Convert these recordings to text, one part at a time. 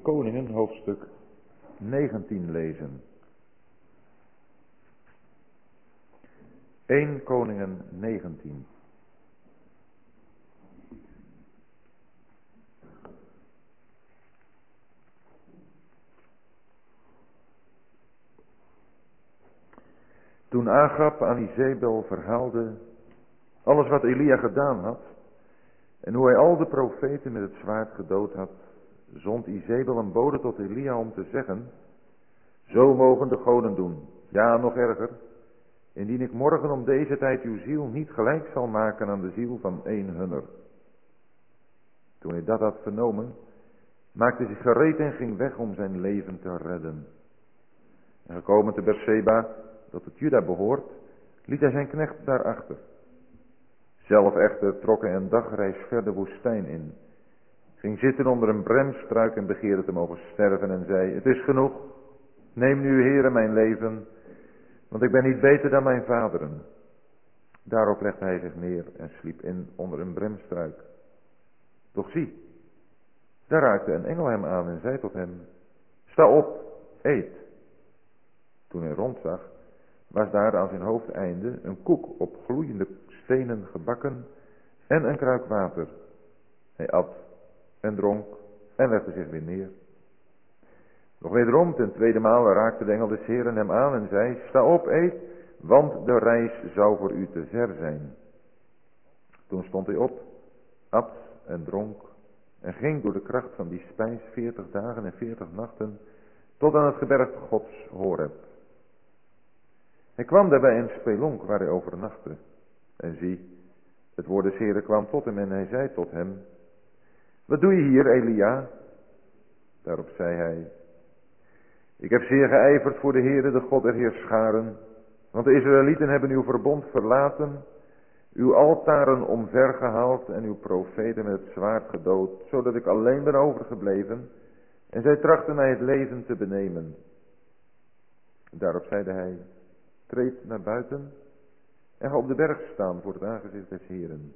Koningen, hoofdstuk 19 lezen. 1 Koningen 19. Toen Agab aan Izebel verhaalde alles wat Elia gedaan had en hoe hij al de profeten met het zwaard gedood had, zond Izebel een bode tot Elia om te zeggen: zo mogen de goden doen, ja nog erger, indien ik morgen om deze tijd uw ziel niet gelijk zal maken aan de ziel van een hunner. Toen hij dat had vernomen, maakte hij zich gereed en ging weg om zijn leven te redden. En gekomen te Berseba, dat tot Juda behoort, liet hij zijn knecht daarachter. Zelf echter trok hij een dagreis ver de woestijn in, ging zitten onder een bremstruik en begeerde te mogen sterven en zei: het is genoeg, neem nu Heere mijn leven, want ik ben niet beter dan mijn vaderen. Daarop legde hij zich neer en sliep in onder een bremstruik. Doch zie, daar raakte een engel hem aan en zei tot hem: sta op, eet. Toen hij rondzag, was daar aan zijn hoofdeinde een koek op gloeiende stenen gebakken en een kruik water. Hij at en dronk en legde zich weer neer. Nog wederom, ten tweede maal raakte de engel des Heeren hem aan en zei: sta op, eet, want de reis zou voor u te ver zijn. Toen stond hij op, at en dronk en ging door de kracht van die spijs 40 dagen en 40 nachten tot aan het gebergte Gods Horeb. Hij kwam daarbij een spelonk waar hij overnachtte. En zie, het woord des Heeren kwam tot hem en hij zei tot hem: wat doe je hier, Elia? Daarop zei hij: ik heb zeer geijverd voor de Heere, de God der Heerscharen, want de Israëlieten hebben uw verbond verlaten, uw altaren omvergehaald en uw profeten met het zwaard gedood, zodat ik alleen ben overgebleven en zij trachten mij het leven te benemen. Daarop zeide hij: treed naar buiten en ga op de berg staan voor het aangezicht des Heeren.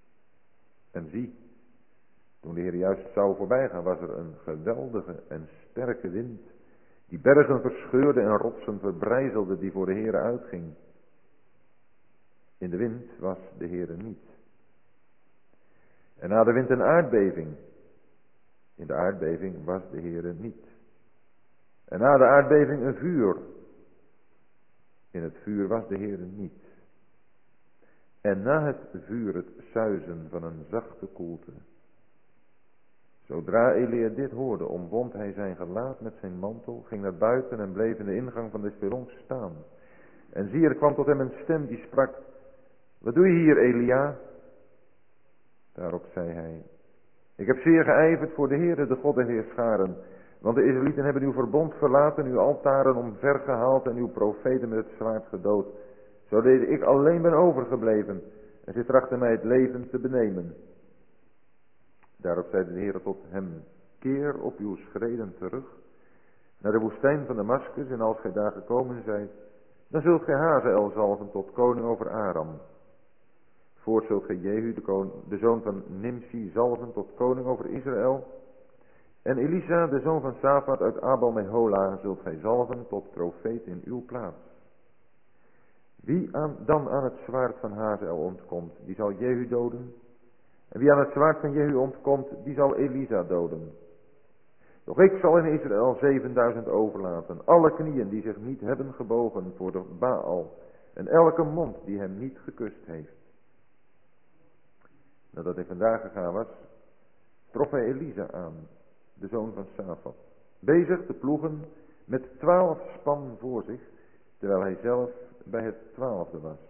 En zie, toen de Heer juist zou voorbijgaan, was er een geweldige en sterke wind, die bergen verscheurde en rotsen verbrijzelde, die voor de Heere uitging. In de wind was de Heere niet. En na de wind een aardbeving. In de aardbeving was de Heere niet. En na de aardbeving een vuur. In het vuur was de Heere niet. En na het vuur het suizen van een zachte koelte. Zodra Elia dit hoorde, omwond hij zijn gelaat met zijn mantel, ging naar buiten en bleef in de ingang van de spelonk staan. En zie, er kwam tot hem een stem die sprak: wat doe je hier, Elia? Daarop zei hij: ik heb zeer geijverd voor de Heere, de God der Heerscharen, want de Israëlieten hebben uw verbond verlaten, uw altaren omvergehaald en uw profeten met het zwaard gedood, zodat ik alleen ben overgebleven en ze trachten mij het leven te benemen. Daarop zeide de Heere tot hem: keer op uw schreden terug naar de woestijn van Damaskus, en als gij daar gekomen zijt, dan zult gij Hazael zalven tot koning over Aram. Voort zult gij Jehu, de zoon van Nimsi, zalven tot koning over Israël. En Elisa, de zoon van Safat uit Abel Mehola, zult gij zalven tot profeet in uw plaats. Wie dan aan het zwaard van Hazael ontkomt, die zal Jehu doden. En wie aan het zwaard van Jehu ontkomt, die zal Elisa doden. Doch ik zal in Israël 7000 overlaten, alle knieën die zich niet hebben gebogen voor de Baal, en elke mond die hem niet gekust heeft. Nadat hij vandaag gegaan was, trof hij Elisa aan, de zoon van Safat, bezig te ploegen met 12 span voor zich, terwijl hij zelf bij het 12e was.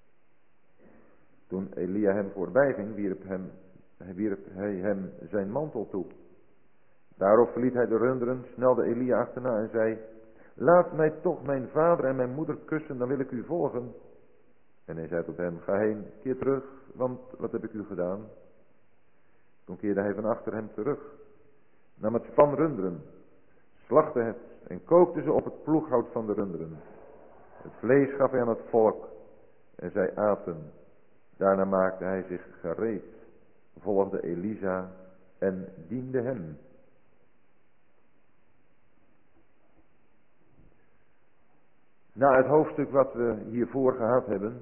Toen Elia hem voorbij ging, wierp hij hem zijn mantel toe. Daarop verliet hij de runderen, snelde Elia achterna en zei: laat mij toch mijn vader en mijn moeder kussen, dan wil ik u volgen. En hij zei tot hem: ga heen, keer terug, want wat heb ik u gedaan? Toen keerde hij van achter hem terug, nam het span runderen, slachtte het en kookte ze op het ploeghout van de runderen. Het vlees gaf hij aan het volk en zij aten. Daarna maakte hij zich gereed, volgde Elisa en diende hem. Na het hoofdstuk wat we hiervoor gehad hebben,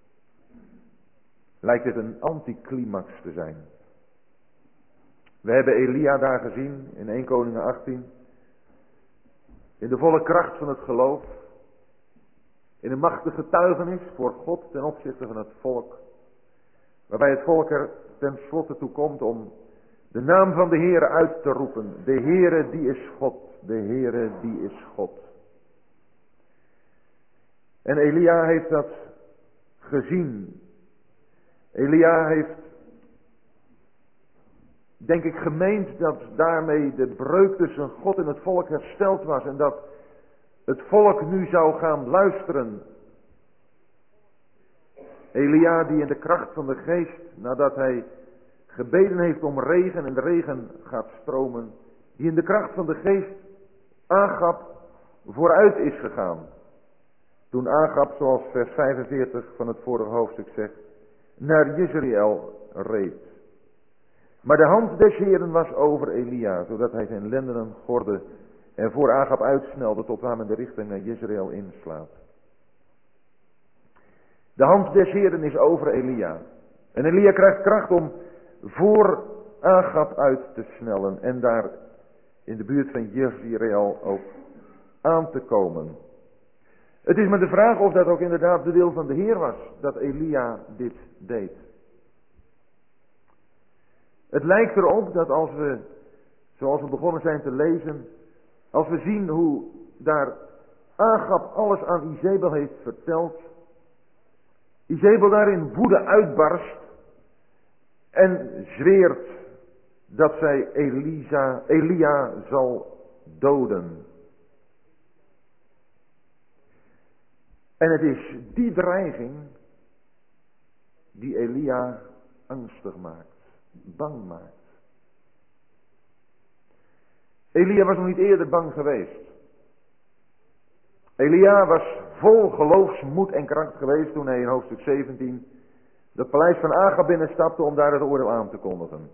lijkt het een anticlimax te zijn. We hebben Elia daar gezien in 1 Koningen 18. In de volle kracht van het geloof. In een machtige getuigenis voor God ten opzichte van het volk. Waarbij het volk er ten slotte toe komt om de naam van de Heere uit te roepen. De Heere die is God. De Heere die is God. En Elia heeft dat gezien. Elia heeft, denk ik, gemeend dat daarmee de breuk tussen God en het volk hersteld was. En dat het volk nu zou gaan luisteren. Elia die in de kracht van de geest, nadat hij gebeden heeft om regen en de regen gaat stromen. Die in de kracht van de geest Agab vooruit is gegaan. Toen Agab, zoals vers 45 van het vorige hoofdstuk zegt, naar Jezreel reed. Maar de hand des Heeren was over Elia, zodat hij zijn lendenen gordde en voor Agab uitsnelde tot waar men de richting naar Jezreel inslaat. De hand des Heeren is over Elia. En Elia krijgt kracht om voor Agab uit te snellen en daar in de buurt van Jezreel ook aan te komen. Het is maar de vraag of dat ook inderdaad de wil van de Heer was, dat Elia dit deed. Het lijkt erop dat als we, zoals we begonnen zijn te lezen, als we zien hoe daar Agab alles aan Izebel heeft verteld, Izebel daar in woede uitbarst en zweert dat zij Elia zal doden. En het is die dreiging die Elia angstig maakt, bang maakt. Elia was nog niet eerder bang geweest. Elia was vol geloofsmoed en kracht geweest toen hij in hoofdstuk 17 het paleis van Agab binnenstapte om daar het oordeel aan te kondigen.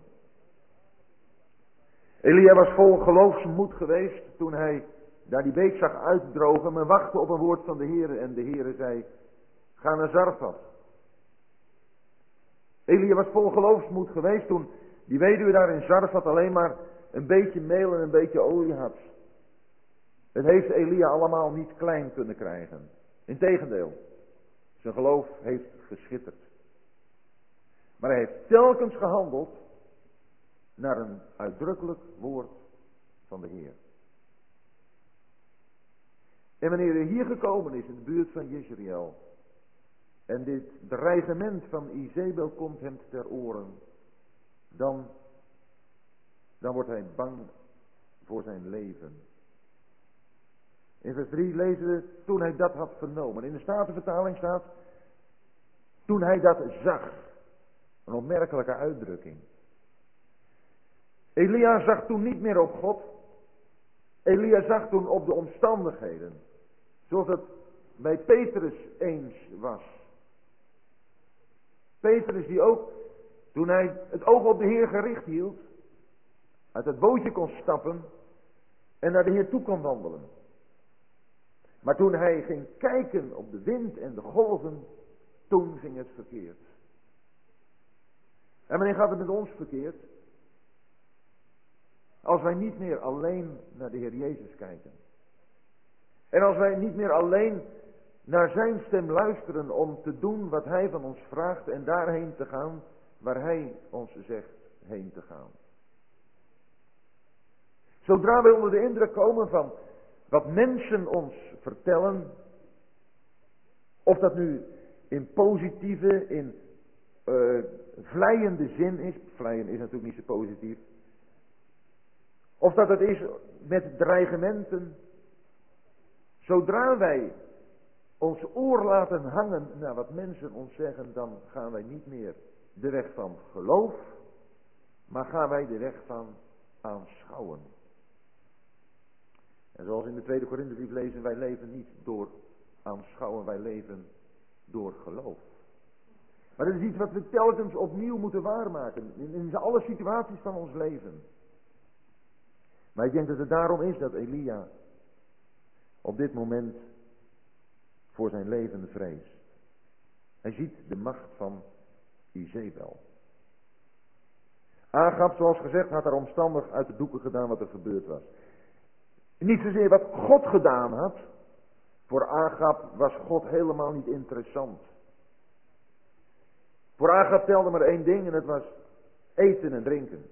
Elia was vol geloofsmoed geweest toen hij daar die beek zag uitdrogen, maar wachtte op een woord van de Heere en de Heere zei, ga naar Zarfat. Elia was vol geloofsmoed geweest toen die weduwe daar in Zarfat alleen maar een beetje meel en een beetje olie had. Het heeft Elia allemaal niet klein kunnen krijgen. Integendeel, zijn geloof heeft geschitterd. Maar hij heeft telkens gehandeld naar een uitdrukkelijk woord van de Heer. En wanneer hij hier gekomen is in de buurt van Jezreel en dit dreigement van Izebel komt hem ter oren, dan wordt hij bang voor zijn leven. In vers 3 lezen we, toen hij dat had vernomen. In de Statenvertaling staat, toen hij dat zag. Een opmerkelijke uitdrukking. Elia zag toen niet meer op God. Elia zag toen op de omstandigheden. Zoals het bij Petrus eens was. Petrus die ook, toen hij het oog op de Heer gericht hield, uit het bootje kon stappen en naar de Heer toe kon wandelen. Maar toen hij ging kijken op de wind en de golven, toen ging het verkeerd. En wanneer gaat het met ons verkeerd? Als wij niet meer alleen naar de Heer Jezus kijken. En als wij niet meer alleen naar zijn stem luisteren om te doen wat hij van ons vraagt en daarheen te gaan waar hij ons zegt heen te gaan. Zodra wij onder de indruk komen van wat mensen ons vertellen, of dat nu in positieve, in vleiende zin is, vleien is natuurlijk niet zo positief, of dat het is met dreigementen, zodra wij ons oor laten hangen naar wat mensen ons zeggen, dan gaan wij niet meer de weg van geloof, maar gaan wij de weg van aanschouwen. En zoals in de tweede Korinthebrief lezen, wij leven niet door aanschouwen, wij leven door geloof. Maar dat is iets wat we telkens opnieuw moeten waarmaken, in alle situaties van ons leven. Maar ik denk dat het daarom is dat Elia op dit moment voor zijn leven vreest. Hij ziet de macht van Izebel. Agab, zoals gezegd, had er omstandig uit de doeken gedaan wat er gebeurd was. Niet zozeer wat God gedaan had. Voor Agab was God helemaal niet interessant. Voor Agab telde maar één ding en het was eten en drinken.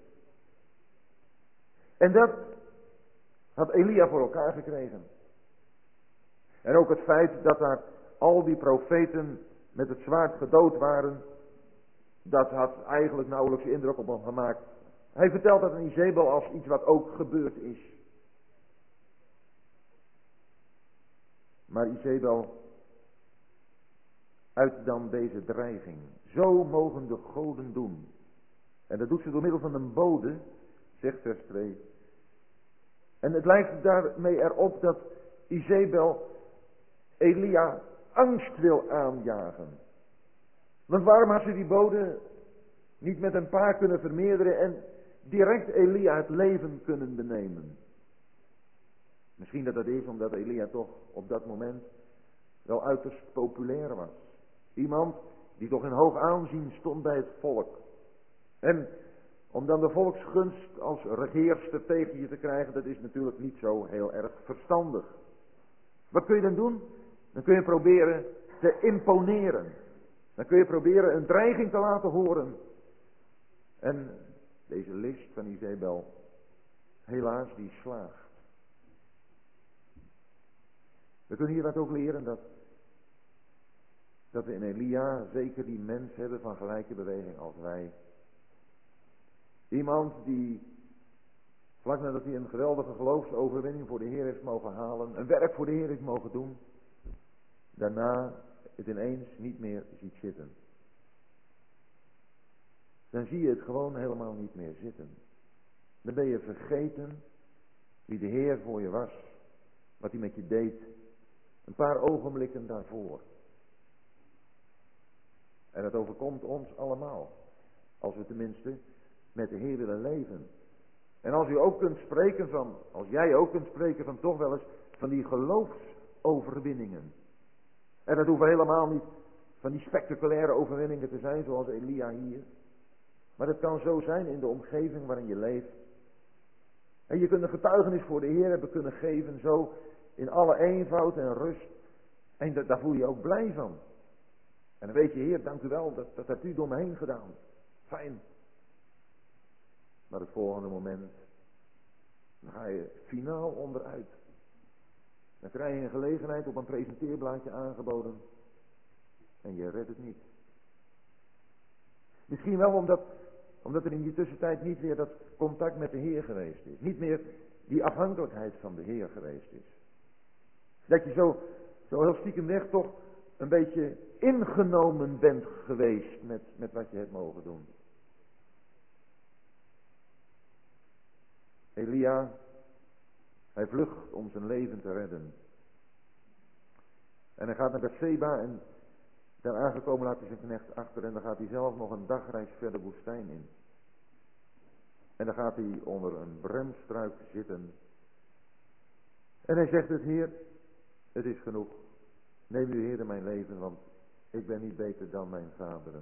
En dat had Elia voor elkaar gekregen. En ook het feit dat daar al die profeten met het zwaard gedood waren, dat had eigenlijk nauwelijks indruk op hem gemaakt. Hij vertelt dat aan Izebel als iets wat ook gebeurd is. Maar Izebel uit dan deze dreiging. Zo mogen de goden doen. En dat doet ze door middel van een bode, zegt vers 2. En het lijkt daarmee erop dat Izebel Elia angst wil aanjagen. Want waarom had ze die bode niet met een paar kunnen vermeerderen en direct Elia het leven kunnen benemen? Misschien dat is omdat Elia toch op dat moment wel uiterst populair was. Iemand die toch in hoog aanzien stond bij het volk. En om dan de volksgunst als regeerster tegen je te krijgen, dat is natuurlijk niet zo heel erg verstandig. Wat kun je dan doen? Dan kun je proberen te imponeren. Dan kun je proberen een dreiging te laten horen. En deze list van Izebel, helaas, die slaagt. We kunnen hier wat ook leren dat we in Elia zeker die mens hebben van gelijke beweging als wij. Iemand die vlak nadat hij een geweldige geloofsoverwinning voor de Heer heeft mogen halen, een werk voor de Heer heeft mogen doen, daarna het ineens niet meer ziet zitten. Dan zie je het gewoon helemaal niet meer zitten. Dan ben je vergeten wie de Heer voor je was, wat hij met je deed, een paar ogenblikken daarvoor. En dat overkomt ons allemaal, als we tenminste met de Heer willen leven. En als jij ook kunt spreken van toch wel eens van die geloofsoverwinningen. En dat hoeven helemaal niet van die spectaculaire overwinningen te zijn zoals Elia hier. Maar het kan zo zijn in de omgeving waarin je leeft. En je kunt een getuigenis voor de Heer hebben kunnen geven zo in alle eenvoud en rust. En daar voel je ook blij van. En dan weet je, Heer, dank u wel, dat hebt u door me heen gedaan. Fijn. Maar het volgende moment, dan ga je finaal onderuit. Dan krijg je een gelegenheid op een presenteerblaadje aangeboden. En je redt het niet. Misschien wel omdat er in die tussentijd niet weer dat contact met de Heer geweest is. Niet meer die afhankelijkheid van de Heer geweest is. Dat je zo heel stiekem weg toch een beetje ingenomen bent geweest met wat je hebt mogen doen. Elia, hij vlucht om zijn leven te redden. En hij gaat naar Berseba en daar aangekomen laat hij zijn knecht achter en dan gaat hij zelf nog een dagreis verder woestijn in. En dan gaat hij onder een bremstruik zitten. En hij zegt het, Heer, het is genoeg. Neem u, Heer, mijn leven, want ik ben niet beter dan mijn vaderen.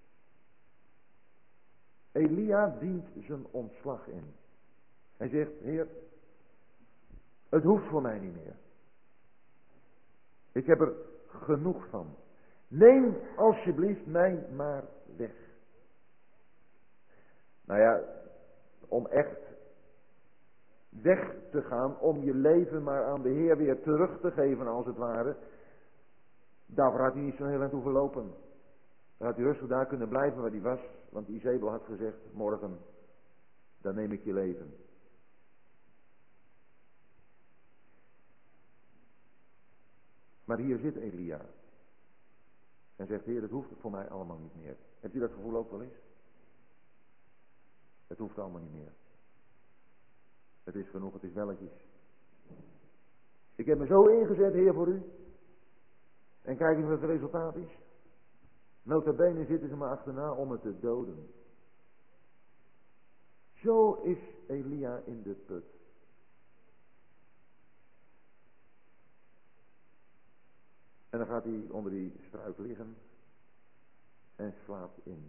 Elia dient zijn ontslag in. Hij zegt, Heer, het hoeft voor mij niet meer. Ik heb er genoeg van. Neem alsjeblieft mij maar weg. Nou ja, om echt weg te gaan, om je leven maar aan de Heer weer terug te geven als het ware. Daarvoor had hij niet zo heel eind hoeven lopen. Dan had hij rustig daar kunnen blijven waar hij was. Want Izebel had gezegd, morgen, dan neem ik je leven. Maar hier zit Elia. En zegt, Heer, het hoeft voor mij allemaal niet meer. Hebt u dat gevoel ook wel eens? Het hoeft allemaal niet meer. Het is genoeg, het is welletjes. Ik heb me zo ingezet, Heer, voor u. En kijk eens wat het resultaat is. Nota bene zitten ze me achterna om me te doden. Zo is Elia in de put. En dan gaat hij onder die struik liggen en slaapt in.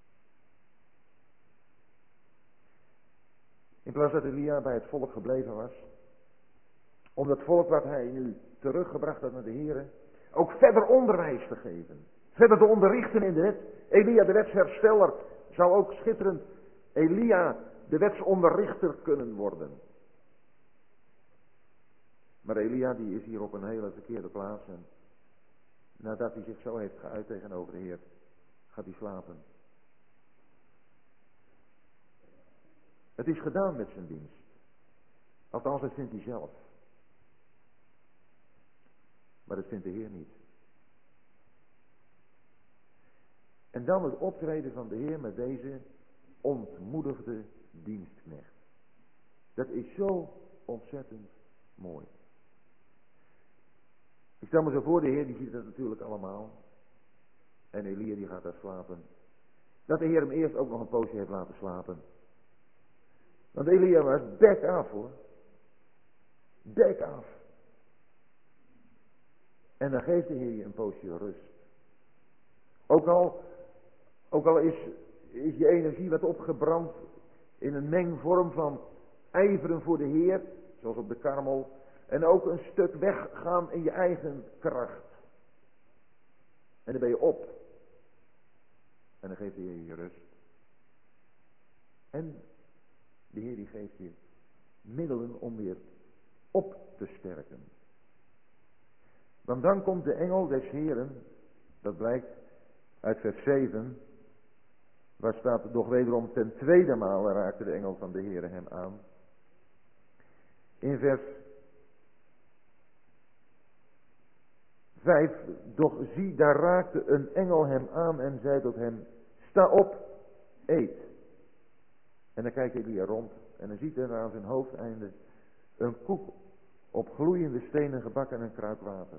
In plaats dat Elia bij het volk gebleven was, om dat volk wat hij nu teruggebracht had naar de Here, ook verder onderwijs te geven. Verder te onderrichten in de wet. Elia de wetshersteller zou ook schitterend Elia de wetsonderrichter kunnen worden. Maar Elia die is hier op een hele verkeerde plaats en nadat hij zich zo heeft geuit tegenover de Heer, gaat hij slapen. Het is gedaan met zijn dienst. Althans, dat vindt hij zelf. Maar dat vindt de Heer niet. En dan het optreden van de Heer met deze ontmoedigde dienstknecht. Dat is zo ontzettend mooi. Ik stel me zo voor, de Heer die ziet dat natuurlijk allemaal. En Elia die gaat daar slapen. Dat de Heer hem eerst ook nog een poosje heeft laten slapen. Want Elia was bek af hoor. Bek af. En dan geeft de Heer je een poosje rust. Ook al is je energie wat opgebrand in een mengvorm van ijveren voor de Heer, zoals op de Karmel, en ook een stuk weggaan in je eigen kracht. En dan ben je op. En dan geeft de Heer je rust. En de Heer die geeft je middelen om weer op te sterken. Want dan komt de engel des Heeren, dat blijkt uit vers 7, waar staat nog wederom ten tweede maal raakte de engel van de Heere hem aan. In vers 5, doch zie, daar raakte een engel hem aan en zei tot hem, sta op, eet. En dan kijkt Elia rond en dan ziet hij aan zijn hoofdeinde een koek op gloeiende stenen gebakken en een kruik water.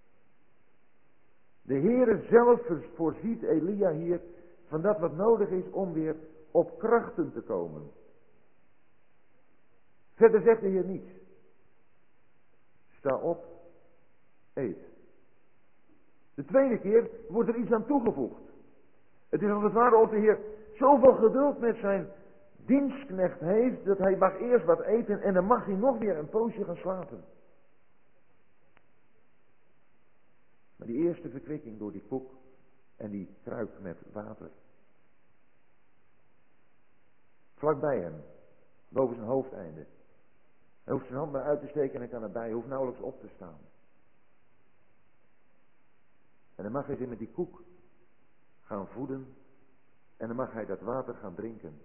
De Heere zelf voorziet Elia hier van dat wat nodig is om weer op krachten te komen. Verder zegt de Heer niets. Sta op, eet. De tweede keer wordt er iets aan toegevoegd. Het is als het ware of de Heer zoveel geduld met zijn dienstknecht heeft, dat hij mag eerst wat eten en dan mag hij nog weer een poosje gaan slapen. Maar die eerste verkwikking door die koek en die kruik met water. Vlakbij hem, boven zijn hoofdeinde. Hij hoeft zijn hand maar uit te steken en hij kan erbij, hij hoeft nauwelijks op te staan. En dan mag hij zich met die koek gaan voeden en dan mag hij dat water gaan drinken.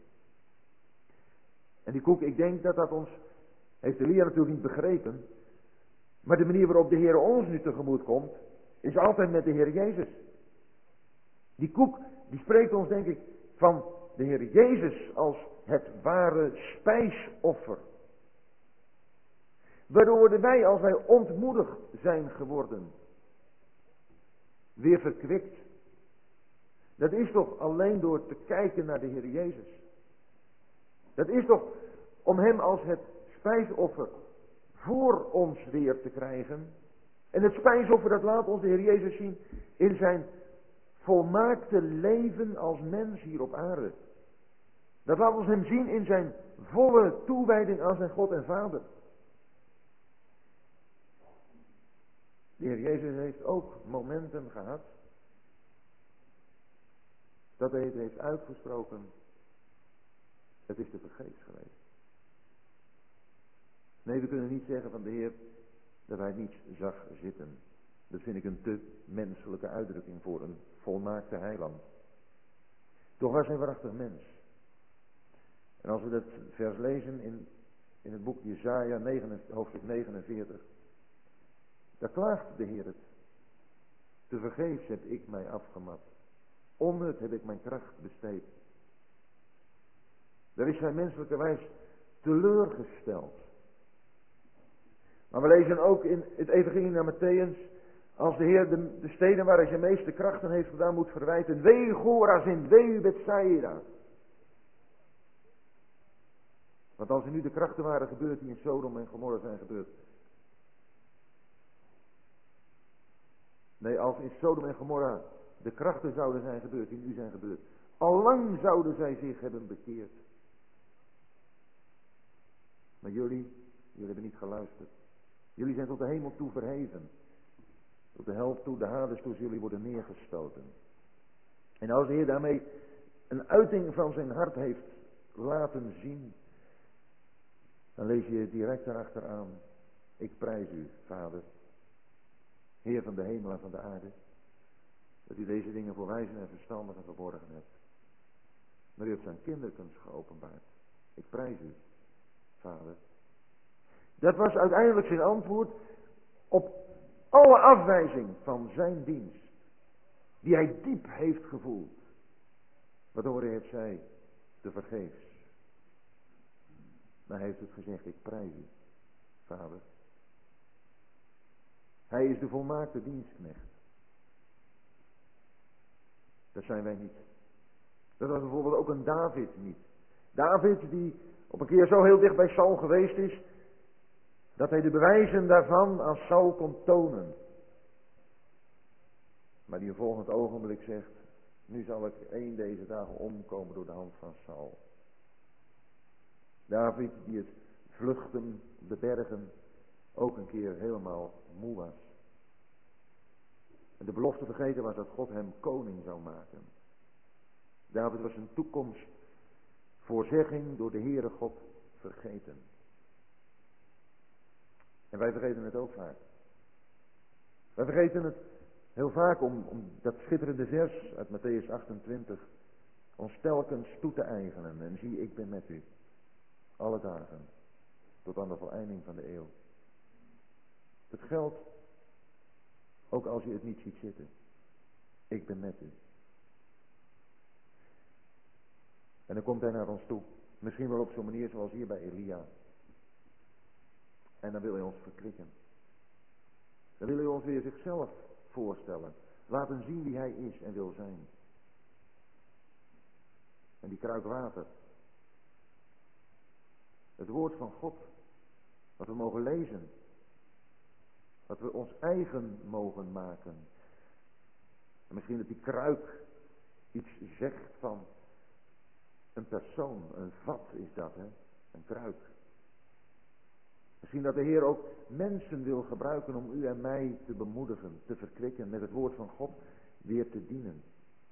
En die koek, ik denk dat ons, heeft Elia natuurlijk niet begrepen, maar de manier waarop de Heer ons nu tegemoet komt, is altijd met de Heer Jezus. Die koek, die spreekt ons denk ik van de Heer Jezus als het ware spijsoffer. Waardoor wij, als wij ontmoedigd zijn geworden, weer verkwikt. Dat is toch alleen door te kijken naar de Heer Jezus. Dat is toch om Hem als het spijsoffer voor ons weer te krijgen. En het spijsoffer, dat laat ons de Heer Jezus zien in zijn volmaakte leven als mens hier op aarde. Dat laat ons Hem zien in zijn volle toewijding aan zijn God en Vader. De Heer Jezus heeft ook momenten gehad dat hij het heeft uitgesproken. Het is te vergeefs geweest. Nee, we kunnen niet zeggen van de Heer dat hij niets zag zitten. Dat vind ik een te menselijke uitdrukking voor een volmaakte heiland. Toch was hij een waarachtig mens. En als we dat vers lezen in het boek Jesaja, hoofdstuk 49, daar klaagt de Heer het. Te vergeefs heb ik mij afgemat. Onnut heb ik mijn kracht besteed. Daar is hij menselijkerwijs teleurgesteld. Maar we lezen ook in het evangelie naar Mattheüs, als de Heer de steden waar hij zijn meeste krachten heeft gedaan moet verwijten. Wee Chorazin, wee Bethsaida. Want als er nu de krachten waren gebeurd die in Sodom en Gomorra zijn gebeurd, Nee, als in Sodom en Gomorra de krachten zouden zijn gebeurd die nu zijn gebeurd, allang zouden zij zich hebben bekeerd. Maar jullie hebben niet geluisterd. Jullie zijn tot de hemel toe verheven. Tot de hel toe, de Hades toe, jullie worden neergestoten. En als de Heer daarmee een uiting van zijn hart heeft laten zien, dan lees je direct erachteraan: ik prijs u, Vader, Heer van de hemel en van de aarde, dat u deze dingen voor wijzen en verstandigen verborgen hebt. Maar u hebt zijn kinderkunst geopenbaard. Ik prijs u, Vader. Dat was uiteindelijk zijn antwoord op alle afwijzing van zijn dienst, die hij diep heeft gevoeld. Waardoor hij het zei, te vergeefs. Maar hij heeft het gezegd: ik prijs u, Vader. Hij is de volmaakte dienstknecht. Dat zijn wij niet. Dat was bijvoorbeeld ook een David niet. David die op een keer zo heel dicht bij Saul geweest is, dat hij de bewijzen daarvan aan Saul kon tonen. Maar die een volgend ogenblik zegt: nu zal ik één deze dagen omkomen door de hand van Saul. David die het vluchten op de bergen ook een keer helemaal moe was. En de belofte vergeten was dat God hem koning zou maken. David was zijn toekomst voorzegging door de Heere God vergeten. En wij vergeten het ook vaak. Wij vergeten het heel vaak om dat schitterende vers uit Mattheüs 28 ons telkens toe te eigenen. En zie, ik ben met u alle dagen tot aan de voleinding van de eeuw. Het geldt ook als je het niet ziet zitten. Ik ben met u. En dan komt hij naar ons toe. Misschien wel op zo'n manier zoals hier bij Elia. En dan wil hij ons verkwikken. Dan wil hij ons weer zichzelf voorstellen. Laten zien wie hij is en wil zijn. En die kruik water. Het woord van God. Wat we mogen lezen. Wat we ons eigen mogen maken. En misschien dat die kruik iets zegt van een persoon. Een vat is dat, hè. Een kruik. Misschien dat de Heer ook mensen wil gebruiken om u en mij te bemoedigen, te verkwikken, met het woord van God weer te dienen.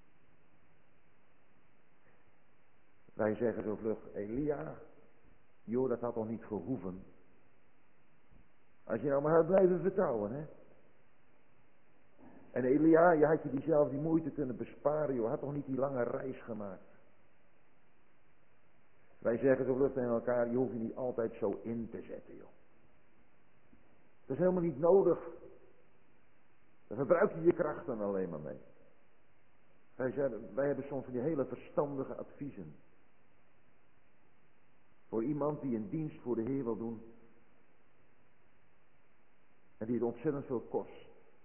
Wij zeggen zo vlug: Elia, joh, dat had toch niet gehoeven. Als je nou maar had blijven vertrouwen, hè. En Elia, je had je die moeite kunnen besparen, joh, had toch niet die lange reis gemaakt. Wij zeggen zo vlug tegen elkaar: je hoeft je niet altijd zo in te zetten, joh. Dat is helemaal niet nodig. Daar verbruik je je krachten alleen maar mee. Wij hebben soms van die hele verstandige adviezen. Voor iemand die een dienst voor de Heer wil doen. En die het ontzettend veel kost.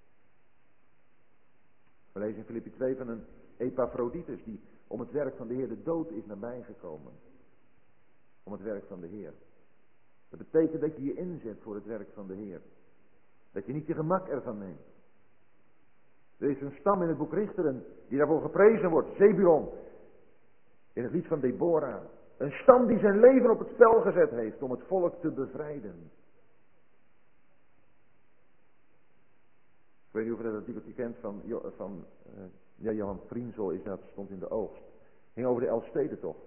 We lezen in Filippi 2 van een Epaphroditus die om het werk van de Heer de dood is nabijgekomen. Om het werk van de Heer. Dat betekent dat je je inzet voor het werk van de Heer. Dat je niet je gemak ervan neemt. Er is een stam in het boek Richteren die daarvoor geprezen wordt. Zebulon. In het lied van Deborah. Een stam die zijn leven op het spel gezet heeft om het volk te bevrijden. Ik weet niet of je dat artikeltje kent van Johan Vrienzel, is dat, stond in de Oogst. Ging over de Elfstedentocht.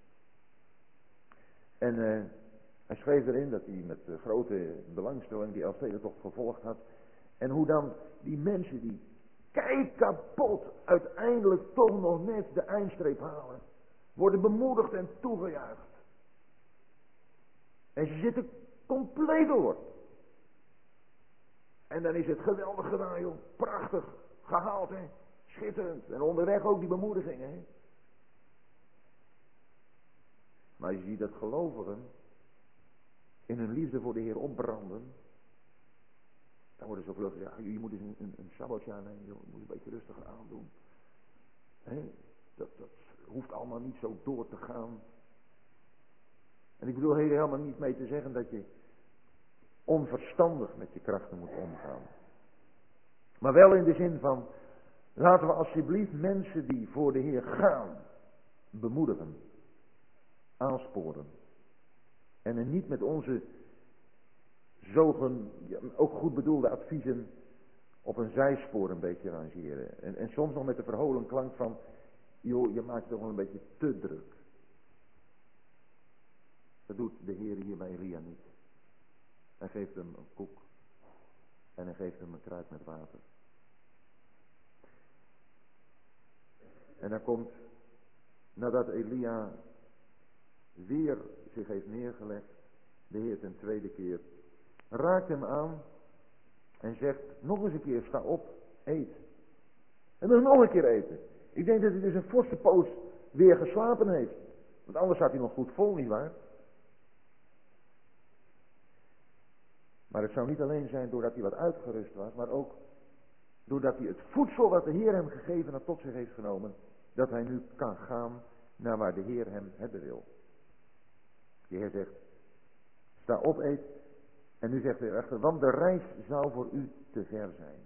En hij schreef erin dat hij met grote belangstelling die Elfstedentocht gevolgd had. En hoe dan die mensen die kei kapot uiteindelijk toch nog net de eindstreep halen. Worden bemoedigd en toegejuicht. En ze zitten compleet door. En dan is het geweldig gedaan, joh. Prachtig. Gehaald, hè. Schitterend. En onderweg ook die bemoedigingen, hè. Maar je ziet dat gelovigen in hun liefde voor de Heer opbranden. Dan worden ze vlug, ja, je moet eens een sabbatjaar nemen, joh. Je moet een beetje rustiger aandoen. Hè? Dat hoeft allemaal niet zo door te gaan. En ik bedoel hier helemaal niet mee te zeggen dat je onverstandig met je krachten moet omgaan. Maar wel in de zin van, laten we alsjeblieft mensen die voor de Heer gaan, bemoedigen, aansporen. En er niet met onze ook goed bedoelde adviezen op een zijspoor een beetje rangeren. En soms nog met de verholen klank van, joh, je maakt het toch wel een beetje te druk. Dat doet de Heer hier bij Elia niet. Hij geeft hem een koek. En hij geeft hem een kruik met water. En dan komt, nadat Elia weer zich heeft neergelegd, de Heer ten tweede keer, raakt hem aan en zegt, nog eens een keer, sta op, eet. En dan nog een keer eten. Ik denk dat hij dus een forse poos weer geslapen heeft. Want anders zat hij nog goed vol, nietwaar? Maar het zou niet alleen zijn doordat hij wat uitgerust was, maar ook doordat hij het voedsel wat de Heer hem gegeven had tot zich heeft genomen, dat hij nu kan gaan naar waar de Heer hem hebben wil. De Heer zegt, sta op, eet. En nu zegt hij erachter, want de reis zou voor u te ver zijn.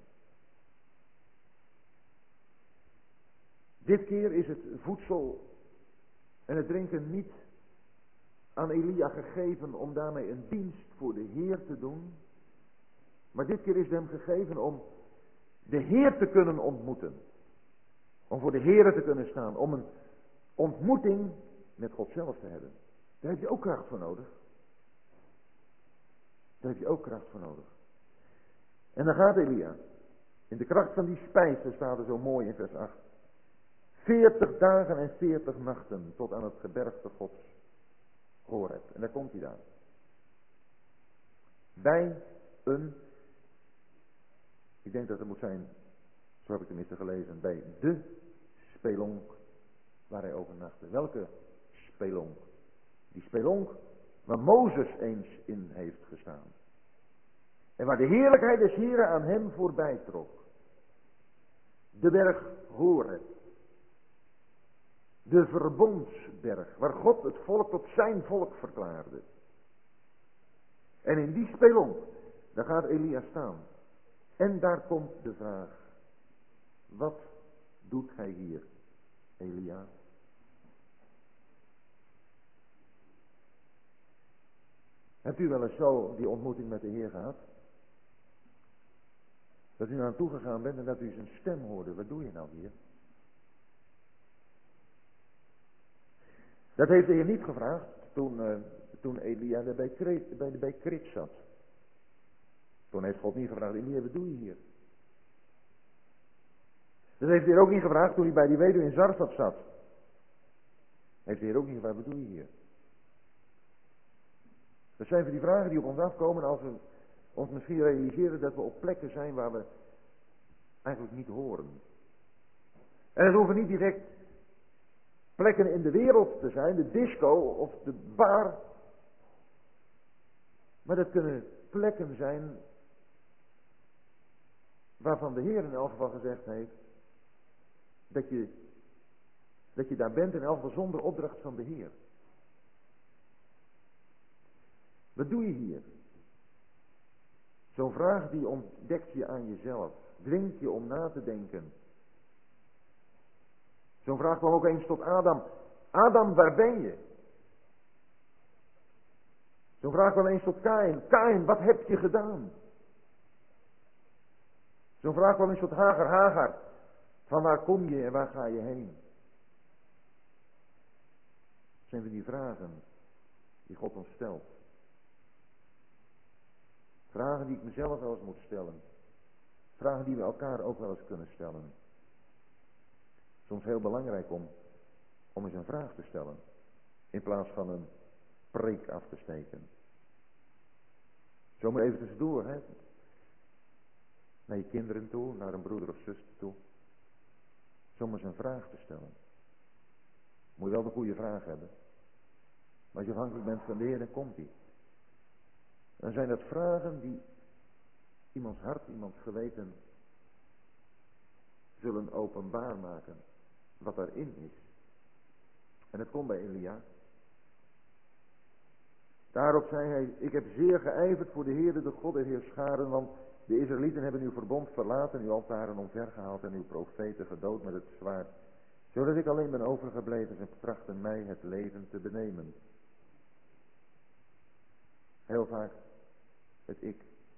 Dit keer is het voedsel en het drinken niet aan Elia gegeven om daarmee een dienst voor de Heer te doen. Maar dit keer is het hem gegeven om de Heer te kunnen ontmoeten. Om voor de Heer te kunnen staan. Om een ontmoeting met God zelf te hebben. Daar heb je ook kracht voor nodig. Daar heb je ook kracht voor nodig. En dan gaat Elia. In de kracht van die spijs, zo staat er zo mooi in vers 8. 40 dagen en 40 nachten tot aan het gebergte Gods. Horeb. En daar komt hij dan. Bij een, ik denk dat het moet zijn, zo heb ik tenminste gelezen, bij de spelonk waar hij overnachtte. Welke spelonk? Die spelonk waar Mozes eens in heeft gestaan. En waar de heerlijkheid des Heren aan hem voorbij trok. De berg Horeb. De verbondsberg, waar God het volk tot zijn volk verklaarde. En in die spelonk, daar gaat Elia staan. En daar komt de vraag, wat doet gij hier, Elia? Hebt u wel eens zo die ontmoeting met de Heer gehad? Dat u naar hem toe gegaan bent en dat u zijn stem hoorde, wat doe je nou hier? Dat heeft de Heer niet gevraagd toen Elia bij de Krit zat. Toen heeft God niet gevraagd, Elia, wat doe je hier? Dat heeft de Heer ook niet gevraagd toen hij bij die weduwe in Zarfat zat. Heeft de Heer ook niet gevraagd, wat doe je hier? Dat zijn van die vragen die op ons afkomen als we ons misschien realiseren dat we op plekken zijn waar we eigenlijk niet horen. En het hoeven niet direct plekken in de wereld te zijn, de disco of de bar. Maar dat kunnen plekken zijn waarvan de Heer in elk geval gezegd heeft dat je daar bent in elk geval zonder opdracht van de Heer. Wat doe je hier? Zo'n vraag die ontdekt je aan jezelf. Dwingt je om na te denken. Zo'n vraag kwam ook eens tot Adam. Adam, waar ben je? Zo'n vraag kwam eens tot Kaïn. Kaïn, wat heb je gedaan? Zo'n vraag kwam eens tot Hagar. Hagar, van waar kom je en waar ga je heen? Dat zijn van die vragen die God ons stelt. Vragen die ik mezelf wel eens moet stellen. Vragen die we elkaar ook wel eens kunnen stellen. Soms heel belangrijk om eens een vraag te stellen. In plaats van een preek af te steken. Zomaar even tussendoor, hè. Naar je kinderen toe, naar een broeder of zuster toe. Soms een vraag te stellen. Moet je wel de goede vraag hebben. Maar als je afhankelijk bent van de Heer, dan komt die. Dan zijn dat vragen die iemands hart, iemands geweten zullen openbaar maken. Wat daarin is. En het komt bij Elia. Daarop zei hij, ik heb zeer geijverd voor de Heere, de God der Heerscharen, want de Israëlieten hebben uw verbond verlaten, uw altaren omvergehaald en uw profeten gedood met het zwaard, zodat ik alleen ben overgebleven en trachten mij het leven te benemen. Heel vaak het ik.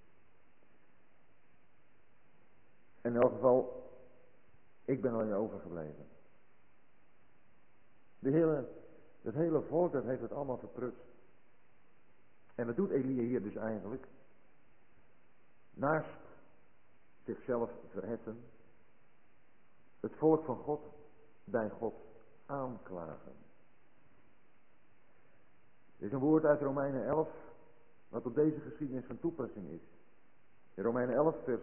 En in elk geval, ik ben alleen overgebleven. Het hele volk, dat heeft het allemaal verprutst. En wat doet Elia hier dus eigenlijk? Naast zichzelf verheffen, het volk van God bij God aanklagen. Dit is een woord uit Romeinen 11, wat op deze geschiedenis van toepassing is. In Romeinen 11 vers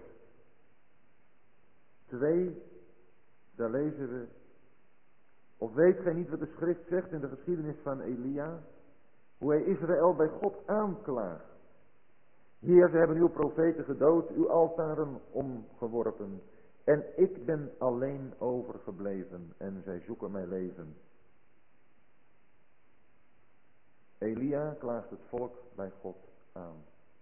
2, daar lezen we: of weet gij niet wat de schrift zegt in de geschiedenis van Elia, hoe hij Israël bij God aanklaagt? Heer, ze hebben uw profeten gedood, uw altaren omgeworpen, en ik ben alleen overgebleven en zij zoeken mijn leven. Elia klaagt het volk bij God aan.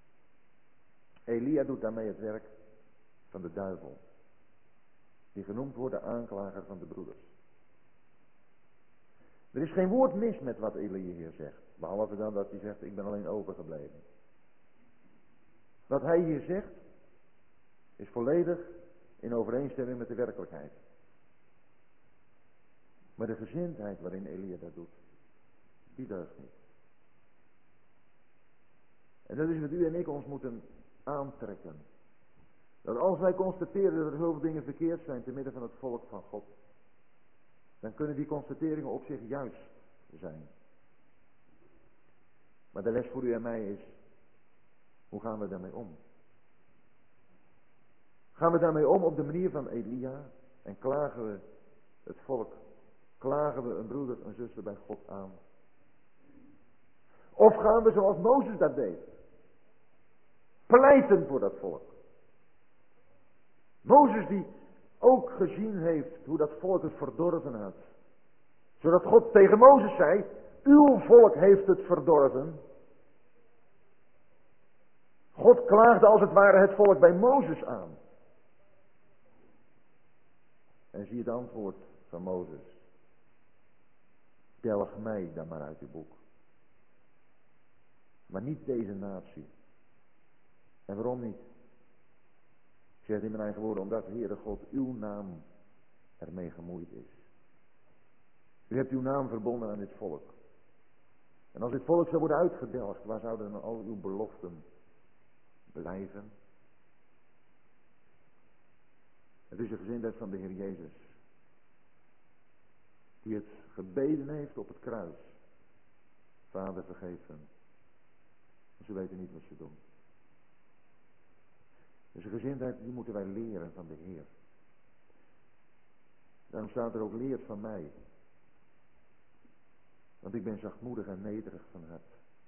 Elia doet daarmee het werk van de duivel, die genoemd wordt de aanklager van de broeders. Er is geen woord mis met wat Elia hier zegt, behalve dan dat hij zegt, ik ben alleen overgebleven. Wat hij hier zegt, is volledig in overeenstemming met de werkelijkheid. Maar de gezindheid waarin Elia dat doet, die deugt niet. En dat is wat u en ik ons moeten aantrekken. Dat als wij constateren dat er zoveel dingen verkeerd zijn te midden van het volk van God, dan kunnen die constateringen op zich juist zijn. Maar de les voor u en mij is, hoe gaan we daarmee om? Gaan we daarmee om op de manier van Elia en klagen we het volk, klagen we een broeder, een zuster bij God aan? Of gaan we zoals Mozes dat deed, pleiten voor dat volk? Mozes die ook gezien heeft hoe dat volk het verdorven had. Zodat God tegen Mozes zei, uw volk heeft het verdorven. God klaagde als het ware het volk bij Mozes aan. En zie het antwoord van Mozes. Delg mij dan maar uit uw boek. Maar niet deze natie. En waarom niet? Ik zeg het in mijn eigen woorden, omdat de Heere God uw naam ermee gemoeid is. U hebt uw naam verbonden aan dit volk. En als dit volk zou worden uitgedelgd, waar zouden dan al uw beloften blijven? Het is de gezindheid van de Heer Jezus, die het gebeden heeft op het kruis. Vader, vergeef hen. Ze weten niet wat ze doen. Dus de gezindheid, die moeten wij leren van de Heer. Daarom staat er ook, leert van mij. Want ik ben zachtmoedig en nederig van hart.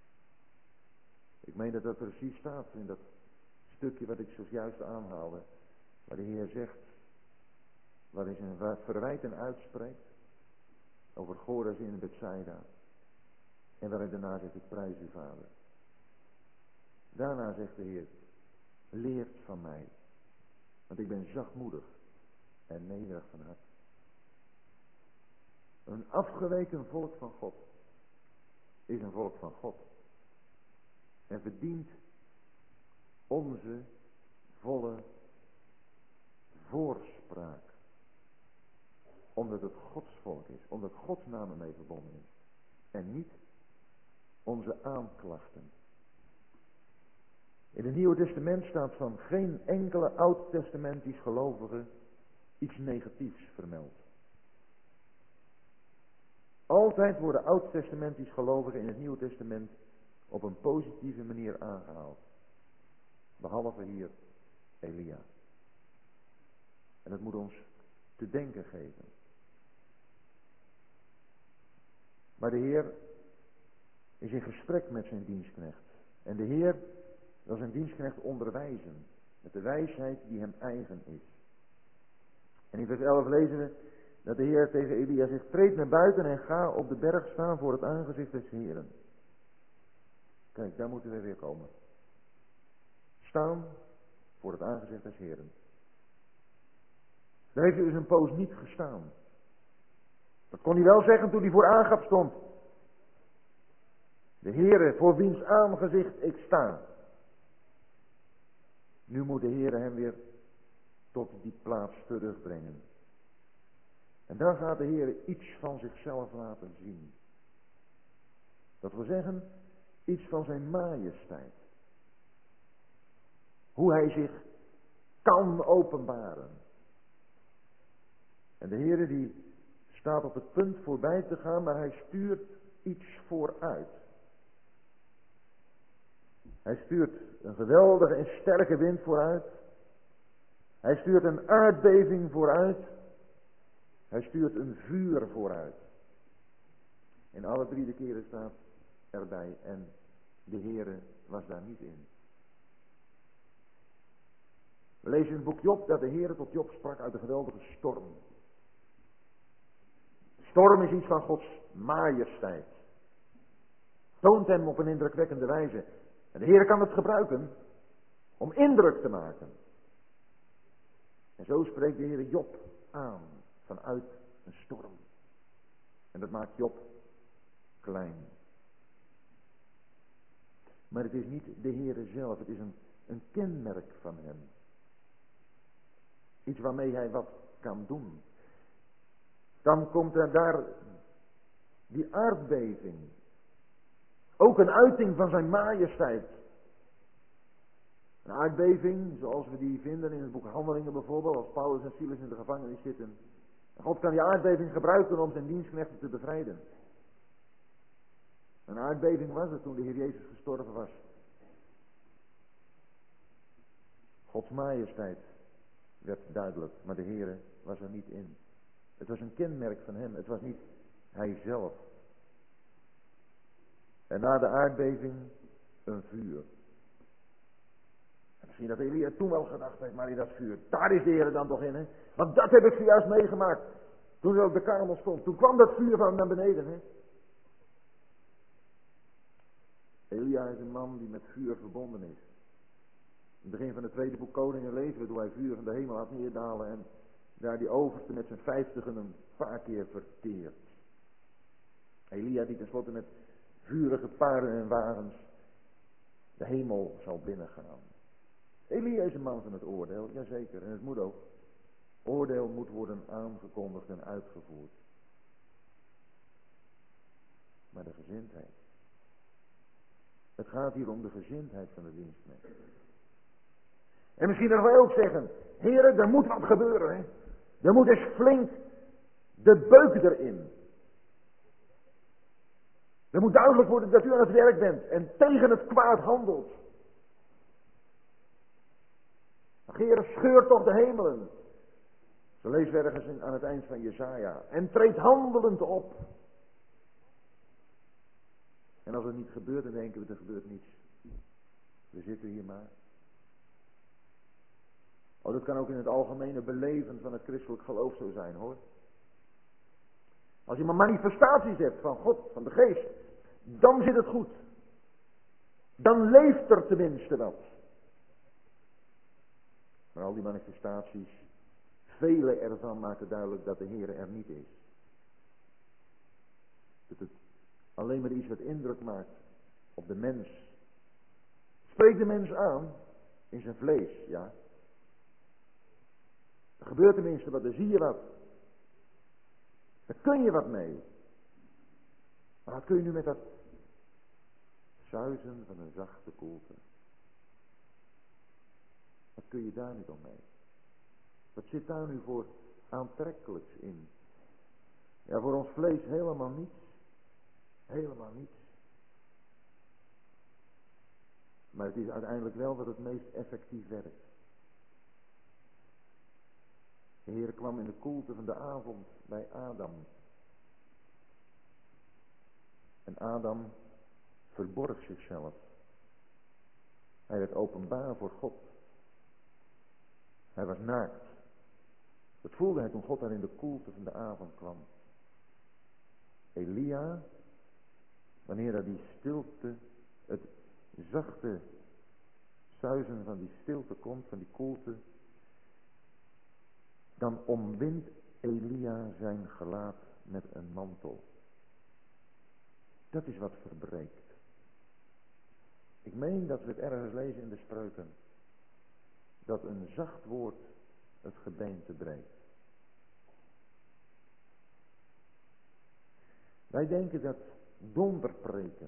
Ik meen dat dat precies staat in dat stukje wat ik zojuist aanhaalde. Waar de Heer zegt, waar hij zijn verwijten uitspreekt. Over Chorazin en Bethsaida. En waar hij daarna zegt, ik prijs u, Vader. Daarna zegt de Heer, leert van mij. Want ik ben zachtmoedig en nederig van hart. Een afgeweken volk van God is een volk van God. En verdient onze volle voorspraak. Omdat het Gods volk is. Omdat Gods naam ermee verbonden is. En niet onze aanklachten. In het Nieuwe Testament staat van geen enkele oud-testamentisch gelovige iets negatiefs vermeld. Altijd worden oud-testamentisch gelovigen in het Nieuwe Testament op een positieve manier aangehaald. Behalve hier Elia. En dat moet ons te denken geven. Maar de Heer is in gesprek met zijn dienstknecht. En de Heer wil zijn dienstknecht onderwijzen. Met de wijsheid die hem eigen is. En in vers 11 lezen we dat de Heer tegen Elia zegt, treed naar buiten en ga op de berg staan voor het aangezicht des Heeren. Kijk, daar moeten we weer komen. Staan voor het aangezicht des Heren. Daar heeft hij dus een poos niet gestaan. Dat kon hij wel zeggen toen hij voor Agab stond. De Heere, voor wiens aangezicht ik sta. Nu moet de Heere hem weer tot die plaats terugbrengen. En daar gaat de Heere iets van zichzelf laten zien. Dat wil zeggen, iets van zijn majesteit. Hoe hij zich kan openbaren. En de Heere die staat op het punt voorbij te gaan, maar hij stuurt iets vooruit. Hij stuurt een geweldige en sterke wind vooruit. Hij stuurt een aardbeving vooruit. Hij stuurt een vuur vooruit. In alle 3 de keren staat erbij en de Heere was daar niet in. We lezen in het boek Job dat de Heere tot Job sprak uit een geweldige storm. Storm is iets van Gods majesteit. Toont hem op een indrukwekkende wijze. En de Heere kan het gebruiken om indruk te maken. En zo spreekt de Heere Job aan vanuit een storm. En dat maakt Job klein. Maar het is niet de Heere zelf, het is een kenmerk van hem. Iets waarmee hij wat kan doen. Dan komt er daar die aardbeving. Ook een uiting van zijn majesteit. Een aardbeving, zoals we die vinden in het boek Handelingen bijvoorbeeld, als Paulus en Silas in de gevangenis zitten. En God kan die aardbeving gebruiken om zijn dienstknechten te bevrijden. Een aardbeving was het toen de Heer Jezus gestorven was. Gods majesteit werd duidelijk, maar de Heere was er niet in. Het was een kenmerk van hem, het was niet hij zelf. En na de aardbeving een vuur. En misschien dat Elia toen wel gedacht heeft, maar in dat vuur, daar is de Heer dan toch in, hè? Want dat heb ik zojuist meegemaakt. Toen hij op de Karmel stond, toen kwam dat vuur van naar beneden, hè? Elia is een man die met vuur verbonden is. In het begin van het tweede boek Koningen lezen we hoe hij vuur van de hemel laat neerdalen en daar die overste met zijn 50 een paar keer verteert. Elia die tenslotte met vurige paarden en wagens de hemel zal binnengaan. Elia is een man van het oordeel, jazeker, en het moet ook. Oordeel moet worden aangekondigd en uitgevoerd. Maar de gezindheid. Het gaat hier om de gezindheid van de dienstknecht. En misschien nog wij ook zeggen, heren, er moet wat gebeuren, hè. Er moet eens flink de beuk erin. Er moet duidelijk worden dat u aan het werk bent en tegen het kwaad handelt. Heere, scheur toch de hemelen. Zo lezen we ergens aan het eind van Jesaja. En treed handelend op. En als het niet gebeurt, dan denken we, er gebeurt niets. We zitten hier maar. Oh, dat kan ook in het algemene beleven van het christelijk geloof zo zijn, hoor. Als je maar manifestaties hebt van God, van de geest, dan zit het goed. Dan leeft er tenminste wat. Maar al die manifestaties, vele ervan maken duidelijk dat de Heer er niet is. Dat het alleen maar iets wat indruk maakt op de mens. Spreek de mens aan in zijn vlees, ja. Er gebeurt tenminste wat, daar zie je wat. Daar kun je wat mee. Maar wat kun je nu met dat zuizen van een zachte koelte? Wat kun je daar niet om mee? Wat zit daar nu voor aantrekkelijks in? Ja, voor ons vlees helemaal niets. Helemaal niets. Maar het is uiteindelijk wel wat het meest effectief werkt. De Heer kwam in de koelte van de avond bij Adam. En Adam verborg zichzelf. Hij werd openbaar voor God. Hij was naakt. Dat voelde hij toen God daar in de koelte van de avond kwam. Elia, wanneer hij die stilte, het zachte suizen van die stilte komt, van die koelte, dan omwindt Elia zijn gelaat met een mantel. Dat is wat verbreekt. Ik meen dat we het ergens lezen in de Spreuken, dat een zacht woord het gebeente breekt. Wij denken dat donderpreken,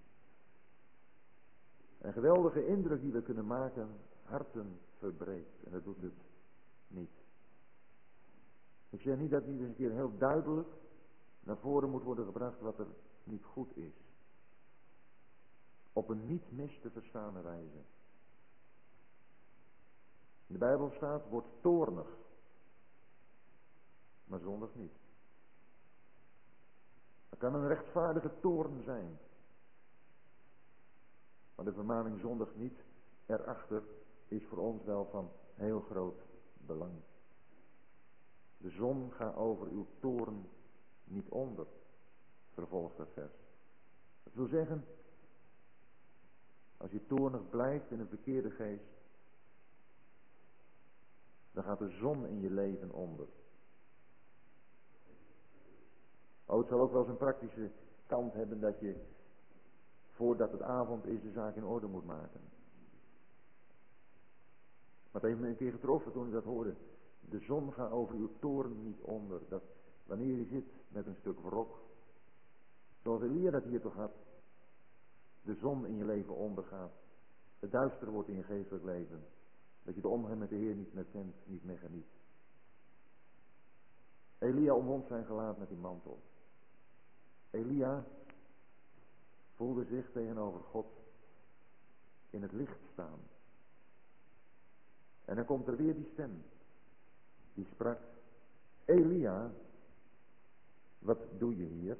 een geweldige indruk die we kunnen maken, harten verbreekt. En dat doet het niet. Ik zeg niet dat niet eens een keer heel duidelijk naar voren moet worden gebracht wat er niet goed is. Op een niet mis te verstane wijze. In de Bijbel staat, wordt toornig, maar zondig niet. Er kan een rechtvaardige toorn zijn. Maar de vermaning zondig niet erachter is voor ons wel van heel groot belang. De zon gaat over uw toorn niet onder, vervolgt dat vers. Dat wil zeggen, als je toornig blijft in een verkeerde geest, dan gaat de zon in je leven onder. Oh, het zal ook wel zijn praktische kant hebben dat je, voordat het avond is, de zaak in orde moet maken. Maar het heeft me een keer getroffen toen ik dat hoorde. De zon gaat over uw toorn niet onder. Dat wanneer je zit met een stuk wrok, zoals Elia dat hier toch had, de zon in je leven ondergaat. Het duister wordt in je geestelijk leven. Dat je de omgang met de Heer niet meer kent, niet meer geniet. Elia omwond zijn gelaat met die mantel. Elia voelde zich tegenover God in het licht staan. En dan komt er weer die stem. Die sprak, Elia, wat doe je hier?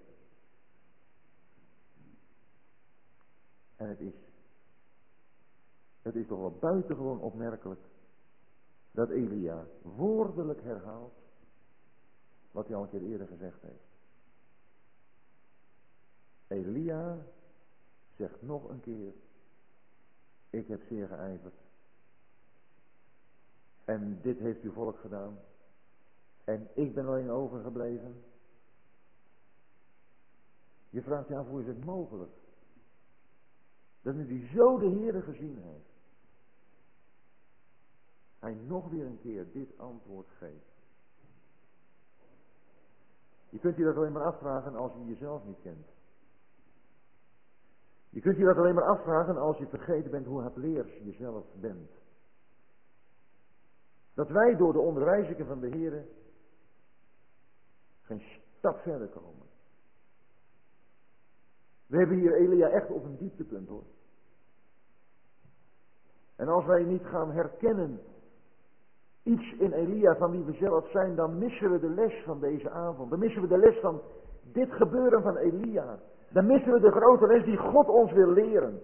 En het is toch wel buitengewoon opmerkelijk dat Elia woordelijk herhaalt wat hij al een keer eerder gezegd heeft. Elia zegt nog een keer, ik heb zeer geijverd. En dit heeft uw volk gedaan. En ik ben alleen overgebleven. Je vraagt je af, hoe is het mogelijk? Dat nu die zo de Heere gezien heeft, hij nog weer een keer dit antwoord geeft. Je kunt je dat alleen maar afvragen als je jezelf niet kent. Je kunt je dat alleen maar afvragen als je vergeten bent hoe hardleers je zelf bent. Dat wij door de onderwijzingen van de Heere geen stap verder komen. We hebben hier Elia echt op een dieptepunt, hoor. En als wij niet gaan herkennen iets in Elia van wie we zelf zijn, dan missen we de les van deze avond. Dan missen we de les van dit gebeuren van Elia. Dan missen we de grote les die God ons wil leren.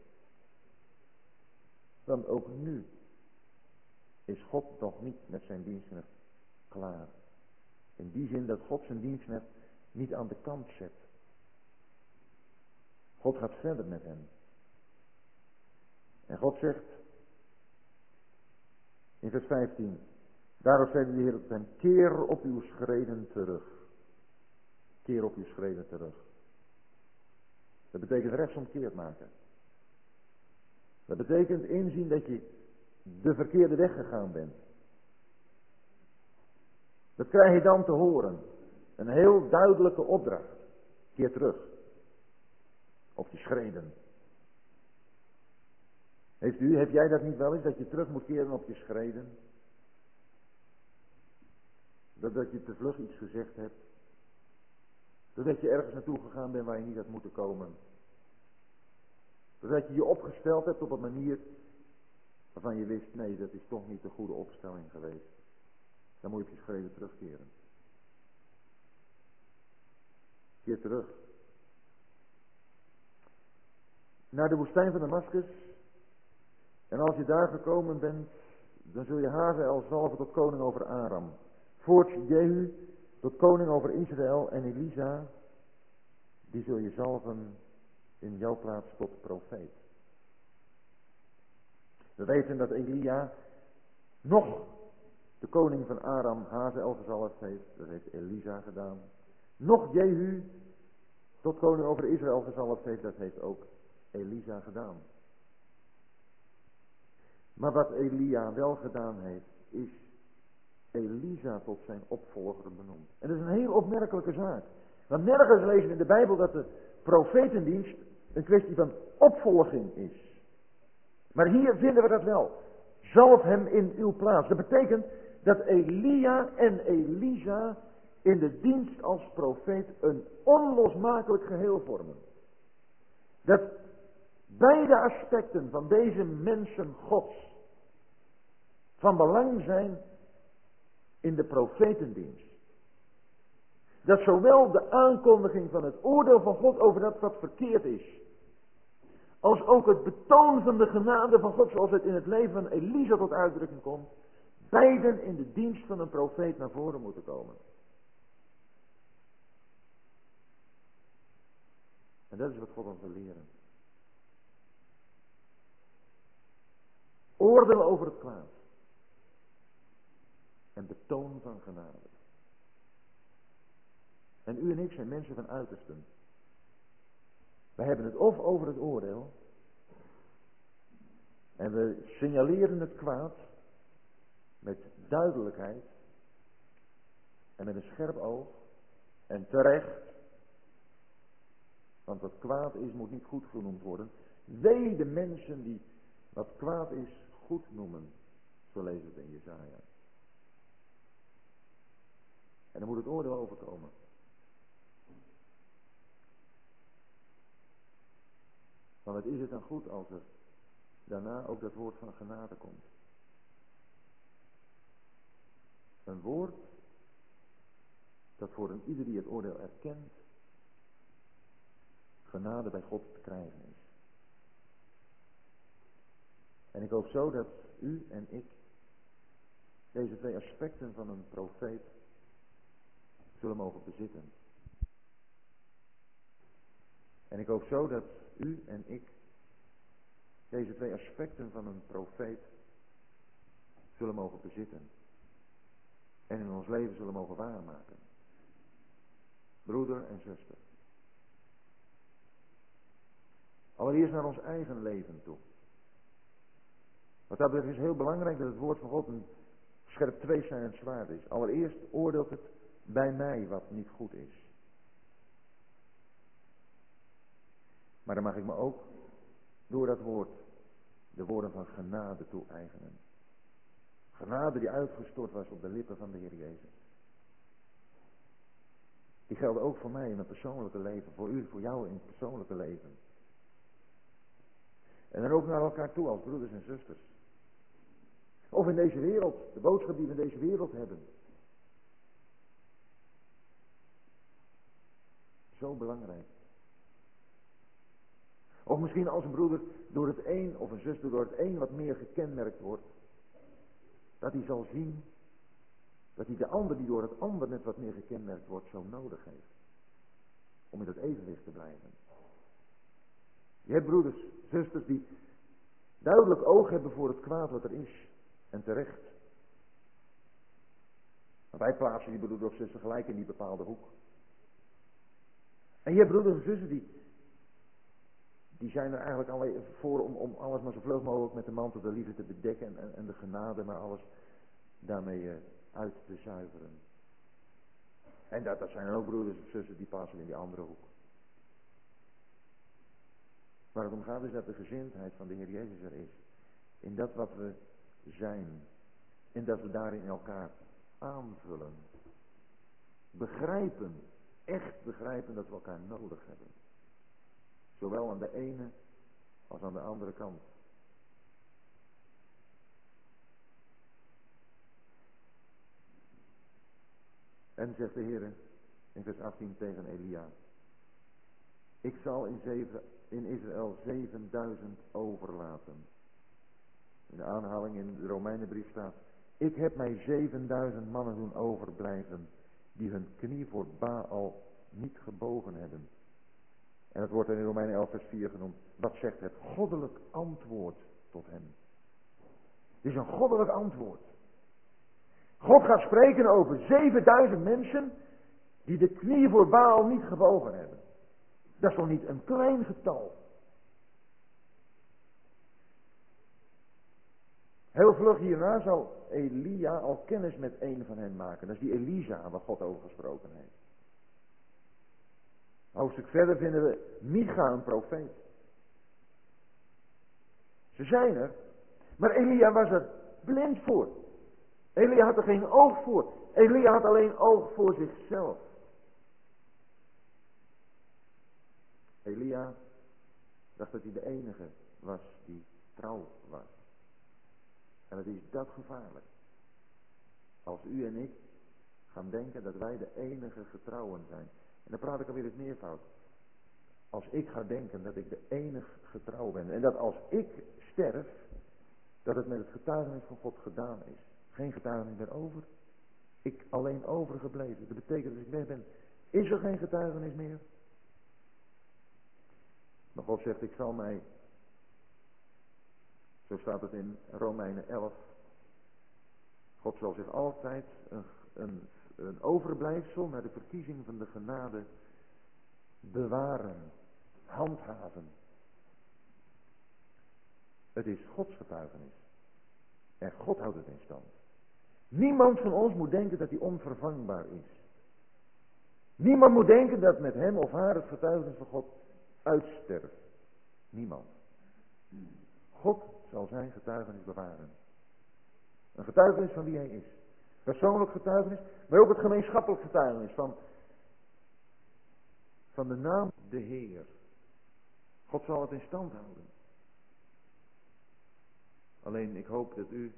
Want ook nu is God nog niet met zijn dienstknecht klaar. In die zin dat God zijn dienstknecht niet aan de kant zet. God gaat verder met hem. En God zegt in vers 15, daarop zei de Heer tot hem, keer op uw schreden terug. Keer op uw schreden terug. Dat betekent rechtsomkeerd maken. Dat betekent inzien dat je de verkeerde weg gegaan bent. Dat krijg je dan te horen. Een heel duidelijke opdracht. Keer terug. Op je schreden. Heb jij dat niet wel eens, dat je terug moet keren op je schreden? Dat je te vlug iets gezegd hebt. Dat je ergens naartoe gegaan bent waar je niet had moeten komen. Dat je je opgesteld hebt op een manier waarvan je wist, nee, dat is toch niet de goede opstelling geweest. Dan moet je op je schreden terugkeren. Keer terug. Naar de woestijn van Damascus. En als je daar gekomen bent, dan zul je Hazael zalven tot koning over Aram. Voorts Jehu tot koning over Israël en Elisa, die zul je zalven in jouw plaats tot profeet. We weten dat Elia nog de koning van Aram Hazael gezalfd heeft. Dat heeft Elisa gedaan. Nog Jehu tot koning over Israël gezalfd heeft. Dat heeft ook Elisa gedaan. Maar wat Elia wel gedaan heeft, is Elisa tot zijn opvolger benoemd. En dat is een heel opmerkelijke zaak. Want nergens lezen we in de Bijbel dat de profetendienst een kwestie van opvolging is. Maar hier vinden we dat wel. Zalf hem in uw plaats. Dat betekent dat Elia en Elisa in de dienst als profeet een onlosmakelijk geheel vormen. Dat beide aspecten van deze mensen Gods van belang zijn in de profetendienst. Dat zowel de aankondiging van het oordeel van God over dat wat verkeerd is, als ook het betoon van de genade van God zoals het in het leven van Elisa tot uitdrukking komt, beiden in de dienst van een profeet naar voren moeten komen. En dat is wat God ons wil leren. Oordeel over het kwaad. En betoon van genade. En u en ik zijn mensen van uitersten. Wij hebben het of over het oordeel. En we signaleren het kwaad met duidelijkheid. En met een scherp oog. En terecht. Want wat kwaad is, moet niet goed genoemd worden. Wee de mensen die wat kwaad is, goed noemen. Zo lezen we het in Jesaja. En dan moet het oordeel overkomen. Want wat is het dan goed als er daarna ook dat woord van genade komt. Een woord dat voor een ieder die het oordeel erkent, genade bij God te krijgen is. En ik hoop zo dat u en ik deze twee aspecten van een profeet zullen mogen bezitten. En ik hoop zo dat u en ik deze twee aspecten van een profeet zullen mogen bezitten. En in ons leven zullen mogen waarmaken. Broeder en zuster. Allereerst naar ons eigen leven toe. Wat dat betreft is heel belangrijk dat het woord van God een scherp tweesnijdend zwaard is. Allereerst oordeelt het bij mij wat niet goed is. Maar dan mag ik me ook door dat woord de woorden van genade toe-eigenen. Genade die uitgestort was op de lippen van de Heer Jezus. Die gelden ook voor mij in mijn persoonlijke leven, voor u, voor jou in het persoonlijke leven. En dan ook naar elkaar toe als broeders en zusters. Of in deze wereld, de boodschap die we in deze wereld hebben. Zo belangrijk. Of misschien als een broeder door het een of een zuster door het een wat meer gekenmerkt wordt. Dat hij zal zien dat hij de ander die door het ander net wat meer gekenmerkt wordt zo nodig heeft. Om in dat evenwicht te blijven. Je hebt broeders, zusters die duidelijk oog hebben voor het kwaad wat er is. En terecht. Maar wij plaatsen die broeder of zuster gelijk in die bepaalde hoek. En je hebt broeders en zussen die zijn er eigenlijk alleen voor om alles maar zo vlug mogelijk met de mantel de liefde te bedekken en de genade maar alles daarmee uit te zuiveren. En dat zijn er ook broeders of zussen die passen in die andere hoek. Waar het om gaat is dat de gezindheid van de Heer Jezus er is. In dat wat we zijn. En dat we daarin elkaar aanvullen. Begrijpen. Echt begrijpen dat we elkaar nodig hebben. Zowel aan de ene als aan de andere kant. En zegt de Heer in vers 18 tegen Elia. Ik zal in Israël 7000 overlaten. In de aanhaling in de Romeinenbrief staat. Ik heb mij 7000 mannen doen overblijven. Die hun knie voor Baal niet gebogen hebben. En het wordt in Romeinen 11 vers 4 genoemd. Wat zegt het goddelijk antwoord tot hem. Het is een goddelijk antwoord. God gaat spreken over 7000 mensen die de knieën voor Baal niet gebogen hebben. Dat is toch niet een klein getal. Heel vlug hierna zal Elia al kennis met een van hen maken. Dat is die Elisa waar God over gesproken heeft. Een hoofdstuk verder vinden we Micha, een profeet. Ze zijn er, maar Elia was er blind voor. Elia had er geen oog voor. Elia had alleen oog voor zichzelf. Elia dacht dat hij de enige was die trouw was. En het is dat gevaarlijk. Als u en ik gaan denken dat wij de enige getrouwen zijn. En dan praat ik alweer het meervoud. Als ik ga denken dat ik de enige getrouw ben. En dat als ik sterf, dat het met het getuigenis van God gedaan is. Geen getuigenis meer over. Ik alleen overgebleven. Dat betekent dat ik weg ben. Is er geen getuigenis meer? Maar God zegt, ik zal mij, zo staat het in Romeinen 11. God zal zich altijd een overblijfsel naar de verkiezing van de genade bewaren, handhaven. Het is Gods getuigenis. En God houdt het in stand. Niemand van ons moet denken dat hij onvervangbaar is. Niemand moet denken dat met hem of haar het getuigenis van God uitsterft. Niemand. God zal zijn getuigenis bewaren. Een getuigenis van wie hij is. Persoonlijk getuigenis, maar ook het gemeenschappelijk getuigenis van de naam de Heer. God zal het in stand houden. Alleen ik hoop dat u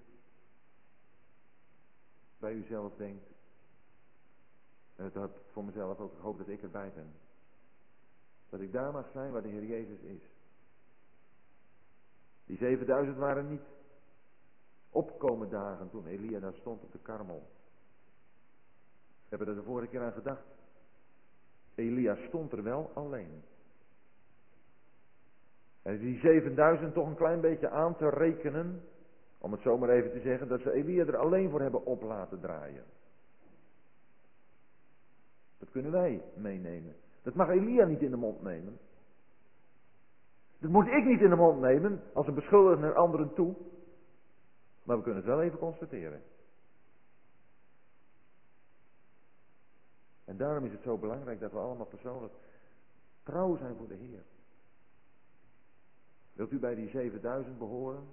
bij uzelf denkt, en het had voor mezelf ook, ik hoop dat ik erbij ben. Dat ik daar mag zijn waar de Heer Jezus is. Die 7000 waren niet opkomen dagen toen Elia daar stond op de Karmel. We hebben er de vorige keer aan gedacht. Elia stond er wel alleen. En die 7000 toch een klein beetje aan te rekenen, om het zo maar even te zeggen, dat ze Elia er alleen voor hebben op laten draaien. Dat kunnen wij meenemen. Dat mag Elia niet in de mond nemen. Dat moet ik niet in de mond nemen als een beschuldiging naar anderen toe. Maar we kunnen het wel even constateren. En daarom is het zo belangrijk dat we allemaal persoonlijk trouw zijn voor de Heer. Wilt u bij die 7000 behoren?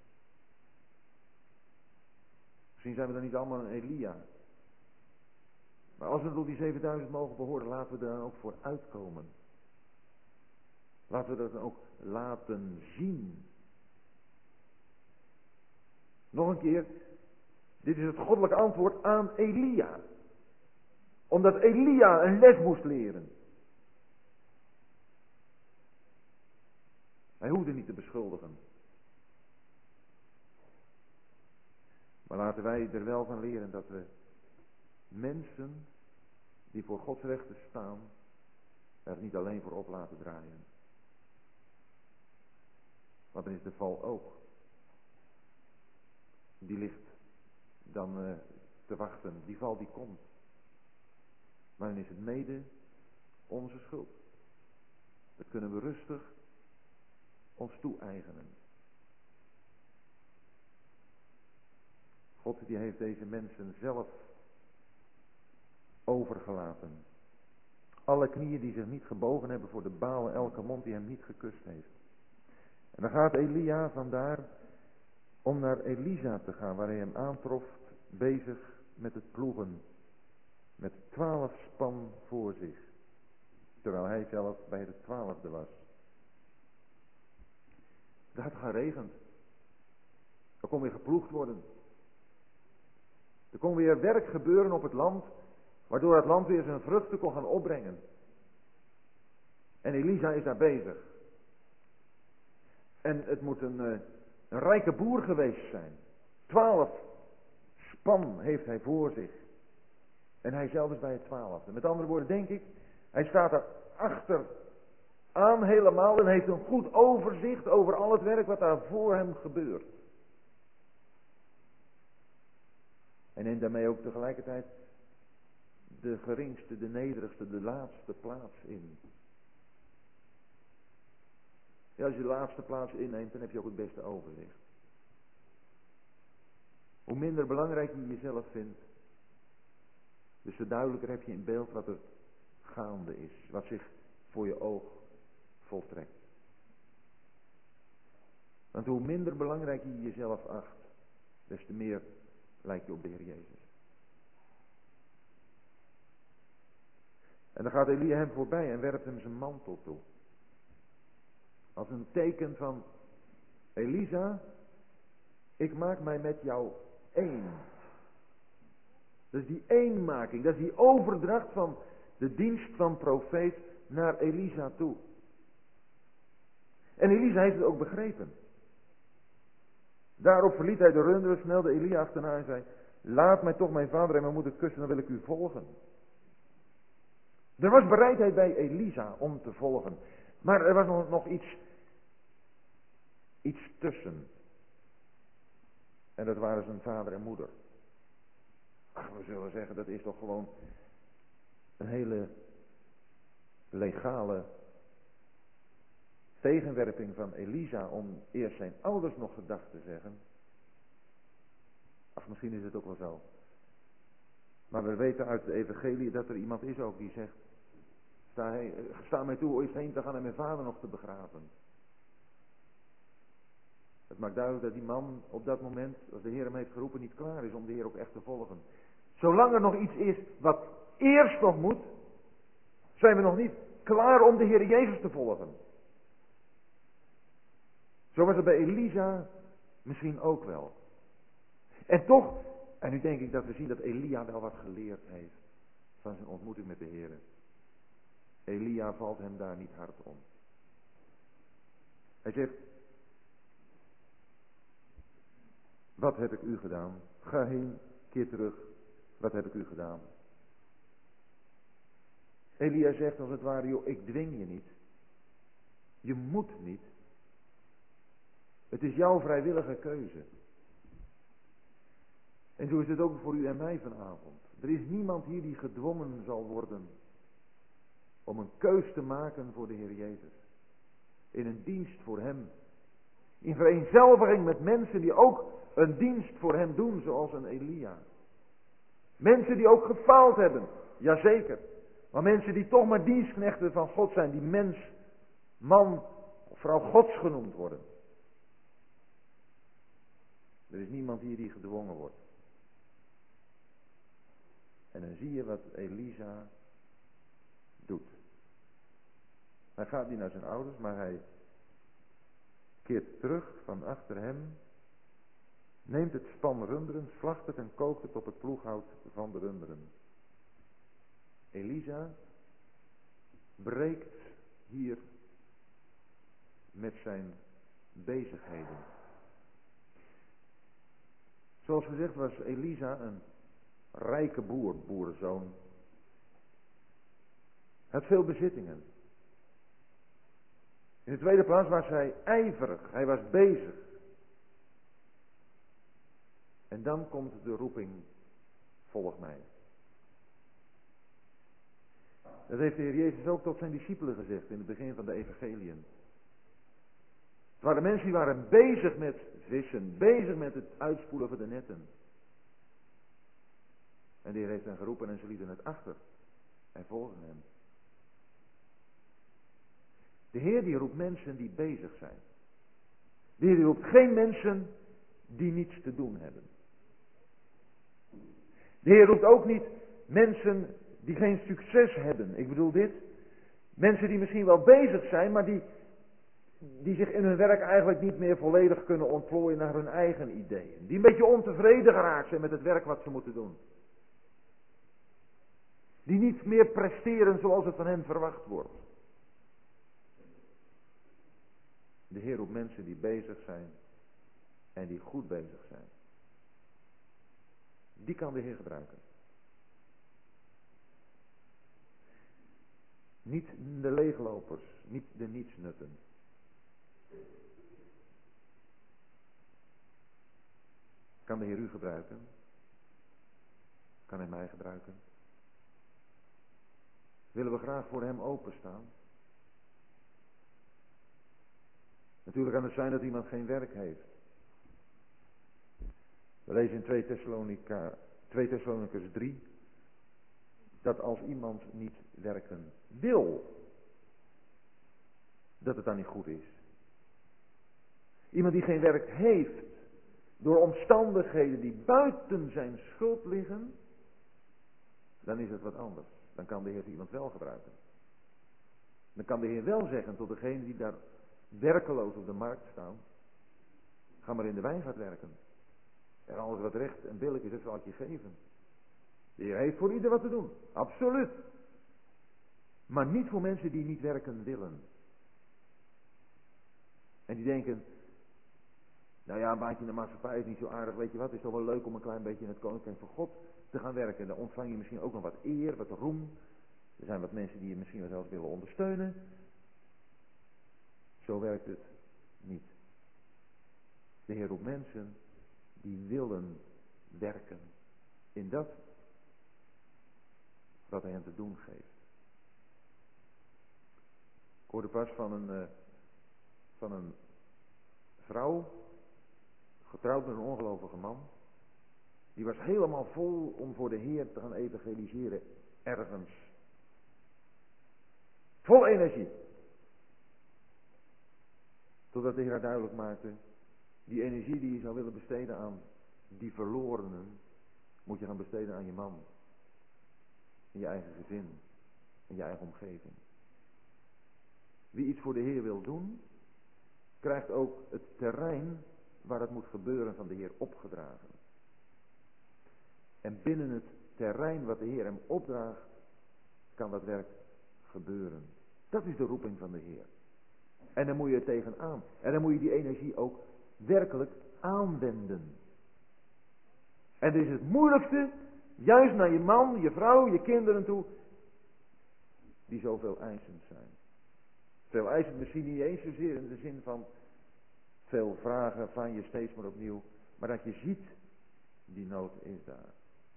Misschien zijn we dan niet allemaal een Elia. Maar als we tot die 7000 mogen behoren, laten we er dan ook voor uitkomen. Laten we dat dan ook laten zien. Nog een keer, dit is het goddelijke antwoord aan Elia. Omdat Elia een les moest leren. Hij hoefde niet te beschuldigen. Maar laten wij er wel van leren dat we mensen die voor Gods rechten staan, er niet alleen voor op laten draaien. Want dan is de val ook. Die ligt dan te wachten. Die val die komt. Maar dan is het mede onze schuld. Dat kunnen we rustig ons toe-eigenen. God die heeft deze mensen zelf overgelaten. Alle knieën die zich niet gebogen hebben voor de Baal, elke mond die hem niet gekust heeft. En dan gaat Elia vandaar om naar Elisa te gaan, waar hij hem aantrof, bezig met het ploegen. Met 12 span voor zich. Terwijl hij zelf bij de 12e was. Het had geregend. Er kon weer geploegd worden. Er kon weer werk gebeuren op het land, waardoor het land weer zijn vruchten kon gaan opbrengen. En Elisa is daar bezig. En het moet een rijke boer geweest zijn. 12 span heeft hij voor zich. En hij zelf is bij het 12e. Met andere woorden denk ik, hij staat er achter aan helemaal en heeft een goed overzicht over al het werk wat daar voor hem gebeurt. Hij neemt daarmee ook tegelijkertijd de geringste, de nederigste, de laatste plaats in. Ja, als je de laatste plaats inneemt, dan heb je ook het beste overzicht. Hoe minder belangrijk je jezelf vindt, dus hoe duidelijker heb je in beeld wat er gaande is, wat zich voor je oog voltrekt. Want hoe minder belangrijk je jezelf acht, des te meer lijkt je op de Heer Jezus. En dan gaat Elia hem voorbij en werpt hem zijn mantel toe. Als een teken van, Elisa, ik maak mij met jou één. Dat is die eenmaking, dat is die overdracht van de dienst van profeet naar Elisa toe. En Elisa heeft het ook begrepen. Daarop verliet hij de runderen, snelde Elia achterna en zei, laat mij toch mijn vader en mijn moeder kussen, dan wil ik u volgen. Er was bereidheid bij Elisa om te volgen. Maar er was nog iets tussen. En dat waren zijn vader en moeder. Ach, we zullen zeggen, dat is toch gewoon een hele legale tegenwerping van Elisa om eerst zijn ouders nog gedag te zeggen. Ach, misschien is het ook wel zo. Maar we weten uit de evangelie dat er iemand is ook die zegt, sta mij toe ooit heen te gaan en mijn vader nog te begraven. Het maakt duidelijk dat die man op dat moment, als de Heer hem heeft geroepen, niet klaar is om de Heer ook echt te volgen. Zolang er nog iets is wat eerst nog moet, zijn we nog niet klaar om de Heer Jezus te volgen. Zo was het bij Elisa misschien ook wel. En toch, en nu denk ik dat we zien dat Elia wel wat geleerd heeft van zijn ontmoeting met de Heer. Elia valt hem daar niet hard om. Hij zegt, wat heb ik u gedaan? Ga heen, keer terug. Wat heb ik u gedaan? Elia zegt als het ware, joh, ik dwing je niet. Je moet niet. Het is jouw vrijwillige keuze. En zo is het ook voor u en mij vanavond. Er is niemand hier die gedwongen zal worden om een keus te maken voor de Heer Jezus. In een dienst voor Hem. In vereenzelviging met mensen die ook een dienst voor Hem doen, zoals een Elia. Mensen die ook gefaald hebben, jazeker. Maar mensen die toch maar dienstknechten van God zijn, die mens, man of vrouw Gods genoemd worden. Er is niemand hier die gedwongen wordt. En dan zie je wat Elisa doet. Hij gaat niet naar zijn ouders, maar hij keert terug van achter hem, neemt het span runderen, slacht het en kookt het op het ploeghout van de runderen. Elisa breekt hier met zijn bezigheden. Zoals gezegd was Elisa een rijke boerenzoon. Hij had veel bezittingen. In de tweede plaats was hij ijverig, hij was bezig. En dan komt de roeping, volg mij. Dat heeft de Heer Jezus ook tot zijn discipelen gezegd in het begin van de evangeliën. Het waren mensen die waren bezig met vissen, bezig met het uitspoelen van de netten. En de Heer heeft hen geroepen en ze lieten het achter en volgden hem. De Heer die roept mensen die bezig zijn. De Heer die roept geen mensen die niets te doen hebben. De Heer roept ook niet mensen die geen succes hebben. Ik bedoel dit. Mensen die misschien wel bezig zijn, maar die zich in hun werk eigenlijk niet meer volledig kunnen ontplooien naar hun eigen ideeën. Die een beetje ontevreden geraakt zijn met het werk wat ze moeten doen. Die niet meer presteren zoals het van hen verwacht wordt. De Heer roept mensen die bezig zijn en die goed bezig zijn. Die kan de Heer gebruiken. Niet de leeglopers, niet de nietsnutten. Kan de Heer u gebruiken? Kan hij mij gebruiken? Willen we graag voor hem openstaan? Natuurlijk kan het zijn dat iemand geen werk heeft. We lezen in 2 Thessalonicus 3, dat als iemand niet werken wil, dat het dan niet goed is. Iemand die geen werk heeft, door omstandigheden die buiten zijn schuld liggen, dan is het wat anders. Dan kan de Heer iemand wel gebruiken. Dan kan de Heer wel zeggen tot degene die daar werkeloos op de markt staan, ga maar in de wijngaard werken. En alles wat recht en billijk is, dat zal ik je geven. De Heer heeft voor ieder wat te doen. Absoluut. Maar niet voor mensen die niet werken willen. En die denken, nou ja, een baantje in de maatschappij is niet zo aardig, weet je wat, het is toch wel leuk om een klein beetje in het koninkrijk van God te gaan werken. Dan ontvang je misschien ook nog wat eer, wat roem. Er zijn wat mensen die je misschien wel zelfs willen ondersteunen. Zo werkt het niet. De Heer roept mensen die willen werken in dat wat hij hen te doen geeft. Ik hoorde pas van een vrouw, getrouwd met een ongelovige man. Die was helemaal vol om voor de Heer te gaan evangeliseren ergens. Vol energie. Totdat de Heer haar duidelijk maakte, die energie die je zou willen besteden aan die verlorenen, moet je gaan besteden aan je man. In je eigen gezin. In je eigen omgeving. Wie iets voor de Heer wil doen, krijgt ook het terrein waar het moet gebeuren van de Heer opgedragen. En binnen het terrein wat de Heer hem opdraagt, kan dat werk gebeuren. Dat is de roeping van de Heer. En dan moet je er tegenaan. En dan moet je die energie ook werkelijk aanwenden. En dit is het moeilijkste, juist naar je man, je vrouw, je kinderen toe, die zoveel eisend zijn. Veel eisend misschien niet eens zozeer in de zin van veel vragen van je steeds maar opnieuw, maar dat je ziet, die nood is daar.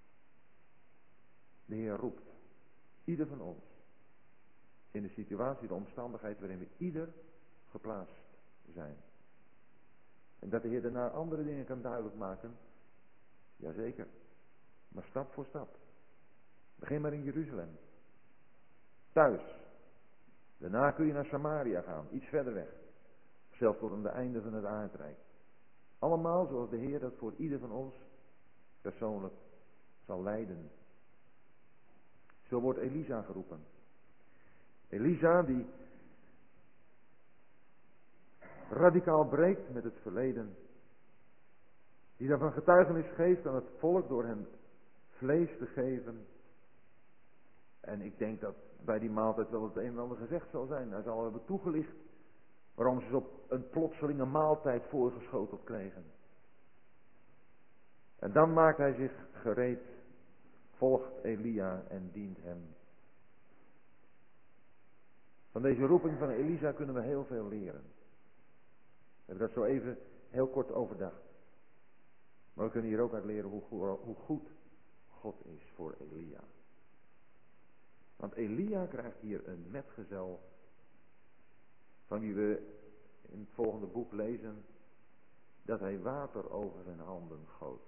De Heer roept ieder van ons in de situatie, de omstandigheid waarin we ieder geplaatst zijn. En dat de Heer daarna andere dingen kan duidelijk maken, jazeker, maar stap voor stap. Begin maar in Jeruzalem, thuis. Daarna kun je naar Samaria gaan, iets verder weg. Zelfs tot aan het einde van het aardrijk. Allemaal zoals de Heer dat voor ieder van ons persoonlijk zal leiden. Zo wordt Elisa geroepen. Elisa die radicaal breekt met het verleden. Die daarvan getuigenis geeft aan het volk door hen vlees te geven. En ik denk dat bij die maaltijd wel het een en ander gezegd zal zijn. Hij zal hebben toegelicht waarom ze op een plotselinge maaltijd voorgeschoteld kregen. En dan maakt hij zich gereed, volgt Elia en dient hem. Van deze roeping van Elisa kunnen we heel veel leren. We hebben dat zo even heel kort overdacht. Maar we kunnen hier ook uit leren hoe goed God is voor Elia. Want Elia krijgt hier een metgezel van wie we in het volgende boek lezen dat hij water over zijn handen goot.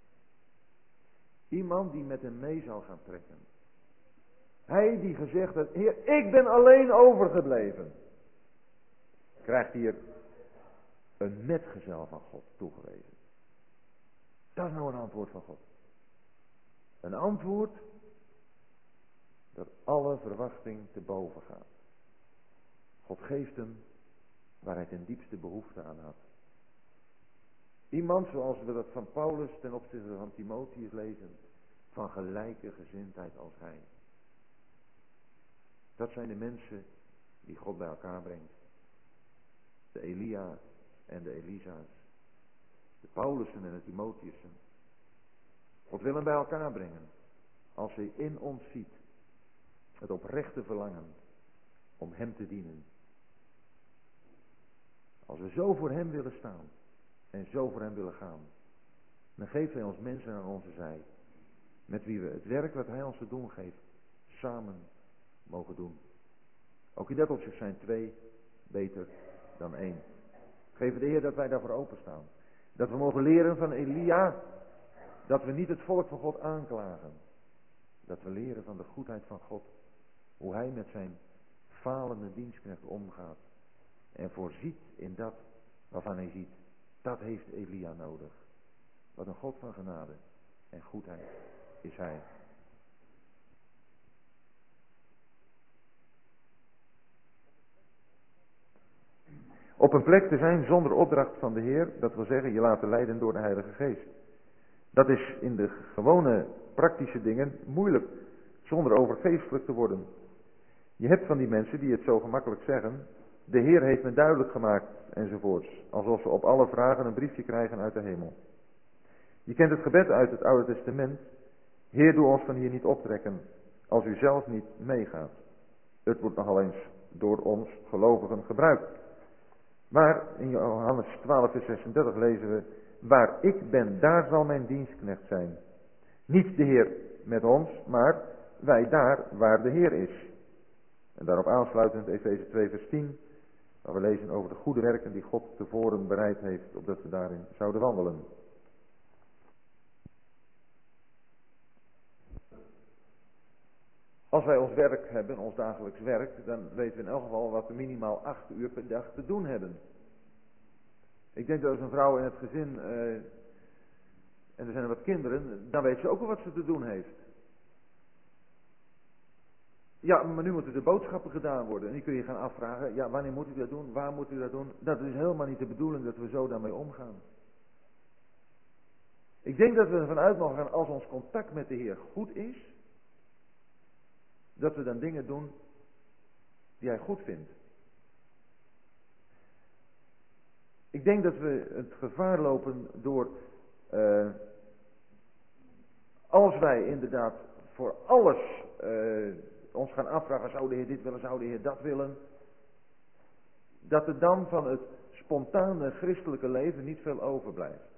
Iemand die met hem mee zou gaan trekken. Hij die gezegd had, Heer, ik ben alleen overgebleven. Krijgt hier een metgezel van God toegewezen. Dat is nou een antwoord van God. Een antwoord dat alle verwachting te boven gaat. God geeft hem waar hij ten diepste behoefte aan had. Iemand zoals we dat van Paulus ten opzichte van Timotheus lezen, van gelijke gezindheid als hij. Dat zijn de mensen die God bij elkaar brengt. De Elia en de Elisa's. De Paulussen en de Timotheussen. God wil hem bij elkaar brengen. Als hij in ons ziet het oprechte verlangen om hem te dienen. Als we zo voor hem willen staan en zo voor hem willen gaan, dan geeft hij ons mensen aan onze zij met wie we het werk wat hij ons te doen geeft, samen mogen doen. Ook in dat opzicht zijn 2 beter dan 1. Geef de Heer dat wij daarvoor openstaan. Dat we mogen leren van Elia, dat we niet het volk van God aanklagen. Dat we leren van de goedheid van God, hoe hij met zijn falende dienstknecht omgaat. En voorziet in dat waarvan hij ziet, dat heeft Elia nodig. Wat een God van genade en goedheid is hij. Op een plek te zijn zonder opdracht van de Heer, dat wil zeggen je laten leiden door de Heilige Geest. Dat is in de gewone praktische dingen moeilijk, zonder overgeestelijk te worden. Je hebt van die mensen die het zo gemakkelijk zeggen, de Heer heeft me duidelijk gemaakt, enzovoorts. Alsof ze op alle vragen een briefje krijgen uit de hemel. Je kent het gebed uit het Oude Testament. Heer, doe ons van hier niet optrekken, als u zelf niet meegaat. Het wordt nogal eens door ons gelovigen gebruikt. Maar in Johannes 12 vers 36 lezen we, waar ik ben, daar zal mijn dienstknecht zijn. Niet de Heer met ons, maar wij daar waar de Heer is. En daarop aansluitend Efeze 2 vers 10, waar we lezen over de goede werken die God tevoren bereid heeft, opdat we daarin zouden wandelen. Als wij ons werk hebben, ons dagelijks werk, dan weten we in elk geval wat we minimaal 8 uur per dag te doen hebben. Ik denk dat als een vrouw in het gezin, en er zijn er wat kinderen, dan weet ze ook wel wat ze te doen heeft. Ja, maar nu moeten de boodschappen gedaan worden. En die kun je gaan afvragen, ja, wanneer moet u dat doen, waar moet u dat doen? Dat is helemaal niet de bedoeling dat we zo daarmee omgaan. Ik denk dat we ervan uit mogen gaan, als ons contact met de Heer goed is, dat we dan dingen doen die hij goed vindt. Ik denk dat we het gevaar lopen door, als wij inderdaad voor alles ons gaan afvragen, zou de Heer dit willen, zou de Heer dat willen, dat er dan van het spontane christelijke leven niet veel overblijft.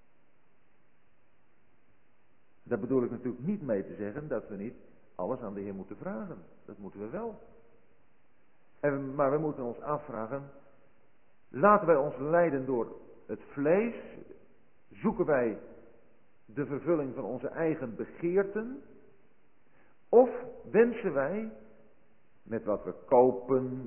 Daar bedoel ik natuurlijk niet mee te zeggen dat we niet alles aan de Heer moeten vragen. Dat moeten we wel. Maar we moeten ons afvragen, laten wij ons leiden door het vlees? Zoeken wij de vervulling van onze eigen begeerten? Of wensen wij met wat we kopen,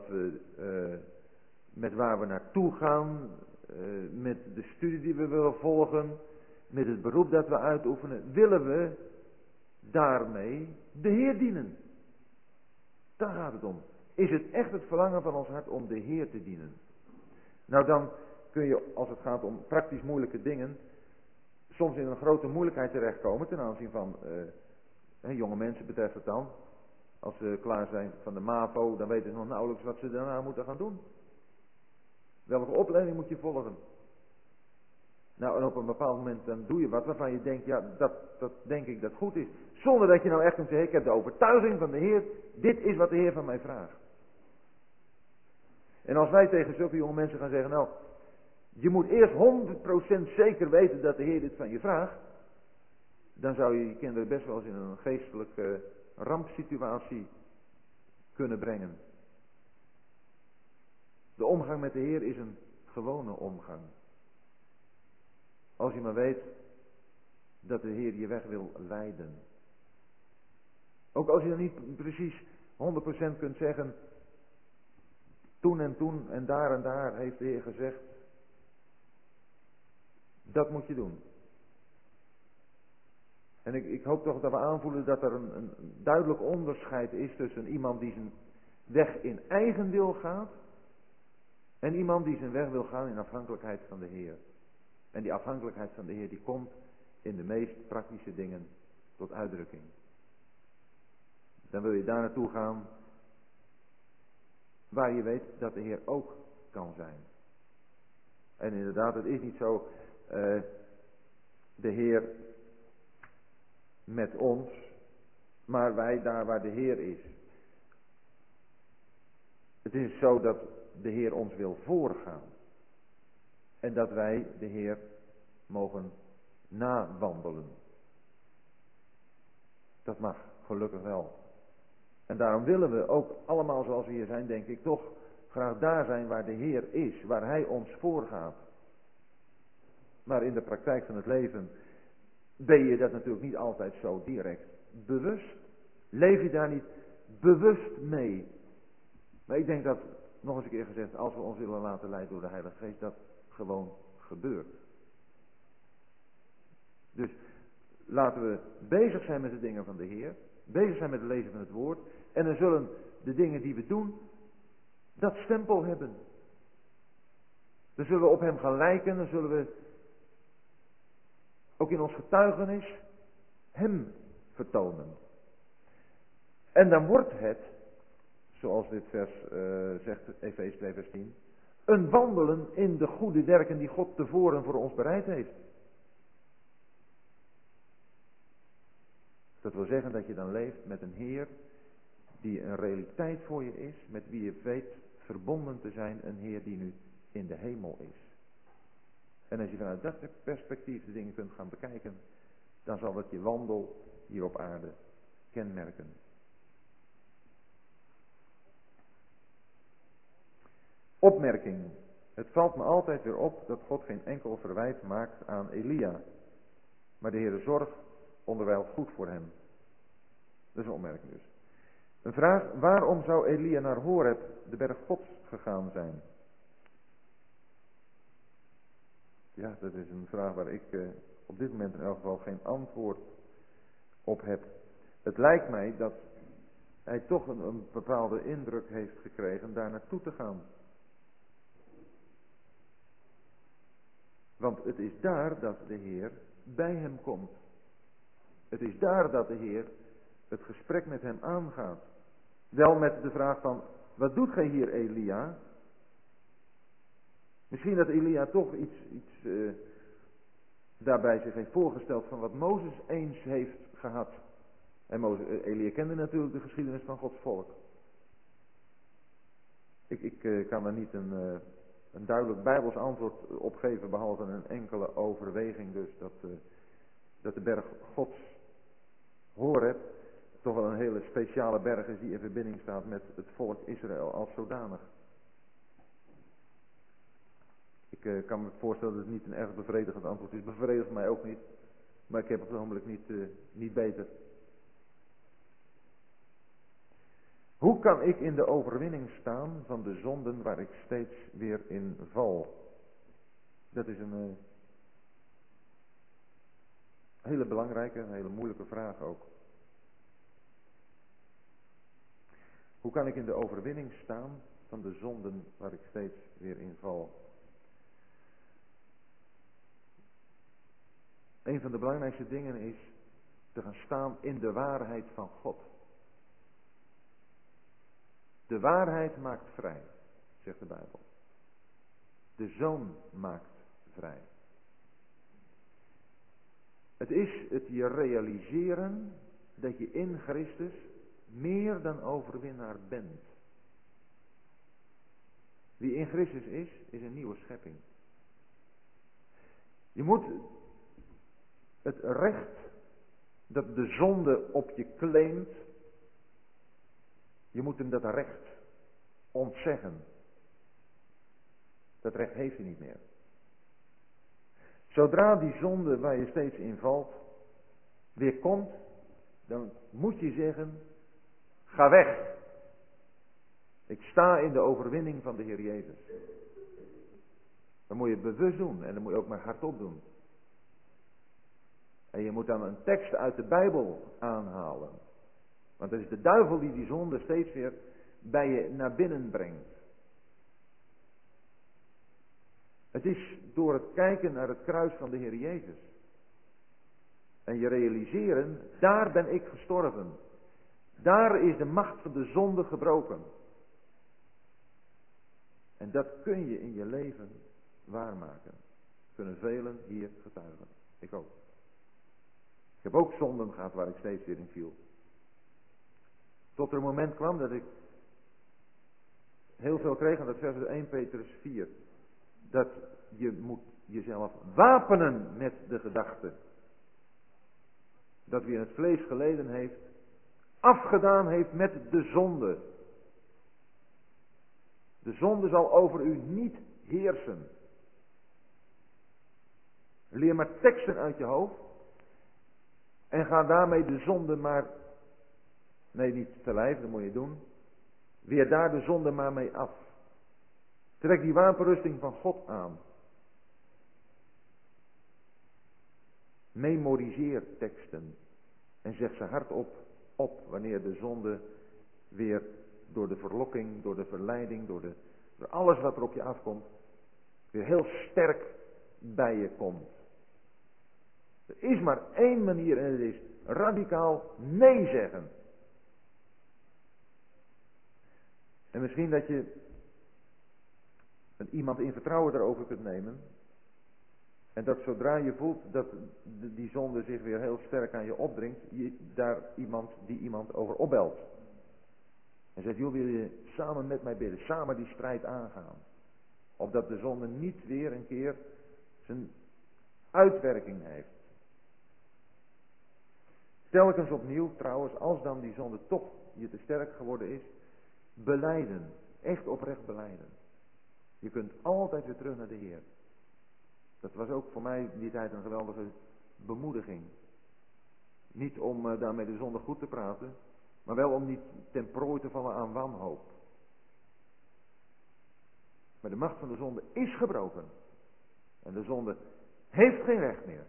met waar we naartoe gaan, met de studie die we willen volgen, met het beroep dat we uitoefenen, willen we daarmee de Heer dienen? Daar gaat het om. Is het echt het verlangen van ons hart om de Heer te dienen? Nou, dan kun je, als het gaat om praktisch moeilijke dingen, soms in een grote moeilijkheid terechtkomen ten aanzien van, jonge mensen betreft het dan. Als ze klaar zijn van de MAVO, dan weten ze nog nauwelijks wat ze daarna moeten gaan doen. Welke opleiding moet je volgen? Nou, en op een bepaald moment dan doe je wat waarvan je denkt, ja, dat denk ik dat goed is. Zonder dat je nou echt kunt zeggen, ik heb de overtuiging van de Heer, dit is wat de Heer van mij vraagt. En als wij tegen zulke jonge mensen gaan zeggen, nou, je moet eerst 100% zeker weten dat de Heer dit van je vraagt, dan zou je je kinderen best wel eens in een geestelijke rampsituatie kunnen brengen. De omgang met de Heer is een gewone omgang. Als je maar weet dat de Heer je weg wil leiden. Ook als je dan niet precies 100% kunt zeggen, toen en daar heeft de Heer gezegd, dat moet je doen. En ik hoop toch dat we aanvoelen dat er een duidelijk onderscheid is tussen iemand die zijn weg in eigen wil gaat en iemand die zijn weg wil gaan in afhankelijkheid van de Heer. En die afhankelijkheid van de Heer die komt in de meest praktische dingen tot uitdrukking. Dan wil je daar naartoe gaan waar je weet dat de Heer ook kan zijn. En inderdaad, het is niet zo, de Heer met ons, maar wij daar waar de Heer is. Het is zo dat de Heer ons wil voorgaan. En dat wij de Heer mogen nawandelen. Dat mag, gelukkig wel. En daarom willen we ook allemaal zoals we hier zijn, denk ik, toch graag daar zijn waar de Heer is, waar Hij ons voorgaat. Maar in de praktijk van het leven ben je dat natuurlijk niet altijd zo direct bewust. Leef je daar niet bewust mee. Maar ik denk dat, nog eens een keer gezegd, als we ons willen laten leiden door de Heilige Geest, dat gewoon gebeurt. Dus laten we bezig zijn met de dingen van de Heer, bezig zijn met het lezen van het woord, en dan zullen de dingen die we doen, dat stempel hebben. Dan zullen we op Hem gaan lijken, dan zullen we ook in ons getuigenis Hem vertonen. En dan wordt het, zoals dit vers zegt, Efeze 2 vers 10, een wandelen in de goede werken die God tevoren voor ons bereid heeft. Dat wil zeggen dat je dan leeft met een Heer die een realiteit voor je is, met wie je weet verbonden te zijn, een Heer die nu in de hemel is. En als je vanuit dat perspectief de dingen kunt gaan bekijken, dan zal het je wandel hier op aarde kenmerken. Opmerking. Het valt me altijd weer op dat God geen enkel verwijt maakt aan Elia. Maar de Heer zorgt onderwijl goed voor hem. Dat is een opmerking dus. Een vraag, waarom zou Elia naar Horeb, de berg Gods, gegaan zijn? Ja, dat is een vraag waar ik op dit moment in elk geval geen antwoord op heb. Het lijkt mij dat hij toch een bepaalde indruk heeft gekregen daar naartoe te gaan. Want het is daar dat de Heer bij hem komt. Het is daar dat de Heer het gesprek met hem aangaat. Wel met de vraag van, wat doet gij hier, Elia? Misschien dat Elia toch iets daarbij zich heeft voorgesteld van wat Mozes eens heeft gehad. En Elia kende natuurlijk de geschiedenis van Gods volk. Ik kan er niet een duidelijk Bijbels antwoord op geven, behalve een enkele overweging dus, dat de berg Gods, Horeb, toch wel een hele speciale berg is die in verbinding staat met het volk Israël als zodanig. Ik kan me voorstellen dat het niet een erg bevredigend antwoord is. Bevredigt mij ook niet. Maar ik heb het ogenblik niet beter. Hoe kan ik in de overwinning staan van de zonden waar ik steeds weer in val? Dat is een hele belangrijke, een hele moeilijke vraag ook. Hoe kan ik in de overwinning staan van de zonden waar ik steeds weer in val? Een van de belangrijkste dingen is te gaan staan in de waarheid van God. De waarheid maakt vrij, zegt de Bijbel. De Zoon maakt vrij. Het is het je realiseren dat je in Christus meer dan overwinnaar bent. Wie in Christus is een nieuwe schepping. Je moet het recht dat de zonde op je claimt, je moet hem dat recht ontzeggen. Dat recht heeft hij niet meer. Zodra die zonde waar je steeds in valt weer komt, dan moet je zeggen, ga weg. Ik sta in de overwinning van de Heer Jezus. Dat moet je bewust doen en dat moet je ook maar hardop doen. En je moet dan een tekst uit de Bijbel aanhalen. Want het is de duivel die zonde steeds weer bij je naar binnen brengt. Het is door het kijken naar het kruis van de Heer Jezus. En je realiseren, daar ben ik gestorven. Daar is de macht van de zonde gebroken. En dat kun je in je leven waarmaken. Kunnen velen hier getuigen. Ik ook. Ik heb ook zonden gehad waar ik steeds weer in viel. Tot er een moment kwam dat ik heel veel kreeg aan dat vers 1 Petrus 4. Dat je moet jezelf wapenen met de gedachte. dat wie in het vlees geleden heeft, afgedaan heeft met de zonde. De zonde zal over u niet heersen. Leer maar teksten uit je hoofd en ga daarmee de zonde maar, nee niet te lijf, dat moet je doen, weer daar de zonde maar mee af. Trek die wapenrusting van God aan. Memoriseer teksten en zeg ze hardop op wanneer de zonde weer door de verlokking, door de verleiding, door alles wat er op je afkomt, weer heel sterk bij je komt. Er is maar één manier en het is radicaal nee zeggen. En misschien dat je iemand in vertrouwen daarover kunt nemen. En dat zodra je voelt dat die zonde zich weer heel sterk aan je opdringt, je daar iemand over opbelt. En zegt, joh, wil je samen met mij bidden, samen die strijd aangaan. Opdat de zonde niet weer een keer zijn uitwerking heeft. Telkens opnieuw trouwens, als dan die zonde toch je te sterk geworden is, belijden. Echt oprecht belijden. Je kunt altijd weer terug naar de Heer. Dat was ook voor mij in die tijd een geweldige bemoediging. Niet om daarmee de zonde goed te praten, maar wel om niet ten prooi te vallen aan wanhoop. Maar de macht van de zonde is gebroken. En de zonde heeft geen recht meer.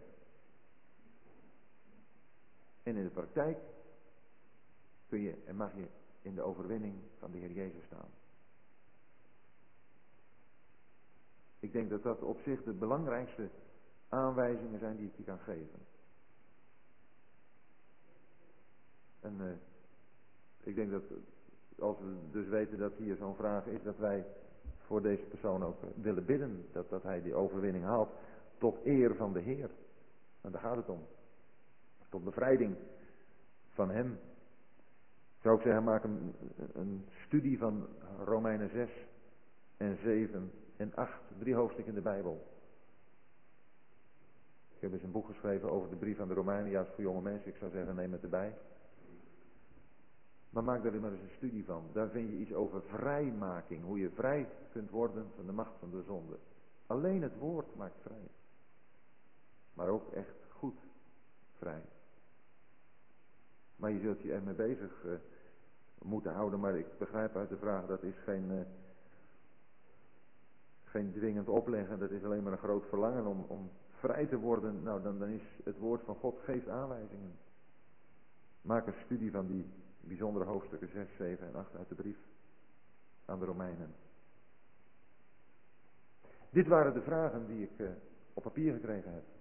En in de praktijk kun je en mag je in de overwinning van de Heer Jezus staan. Ik denk dat dat op zich de belangrijkste aanwijzingen zijn die ik je kan geven. En ik denk dat als we dus weten dat hier zo'n vraag is, dat wij voor deze persoon ook willen bidden. Dat hij die overwinning haalt tot eer van de Heer. En daar gaat het om. Tot bevrijding van hem. Ik zou ook zeggen, maak een studie van Romeinen 6 en 7 en 8. 3 hoofdstukken in de Bijbel. Ik heb eens een boek geschreven over de brief aan de Romeinen. Juist voor jonge mensen. Ik zou zeggen, neem het erbij. Maar maak daar maar eens een studie van. Daar vind je iets over vrijmaking. Hoe je vrij kunt worden van de macht van de zonde. Alleen het woord maakt vrij. Maar ook echt goed vrij. Maar je zult je ermee bezig moeten houden. Maar ik begrijp uit de vraag, dat is geen dwingend opleggen. Dat is alleen maar een groot verlangen om vrij te worden. Nou, dan is het woord van God, geeft aanwijzingen. Maak een studie van die bijzondere hoofdstukken 6, 7 en 8 uit de brief aan de Romeinen. Dit waren de vragen die ik op papier gekregen heb.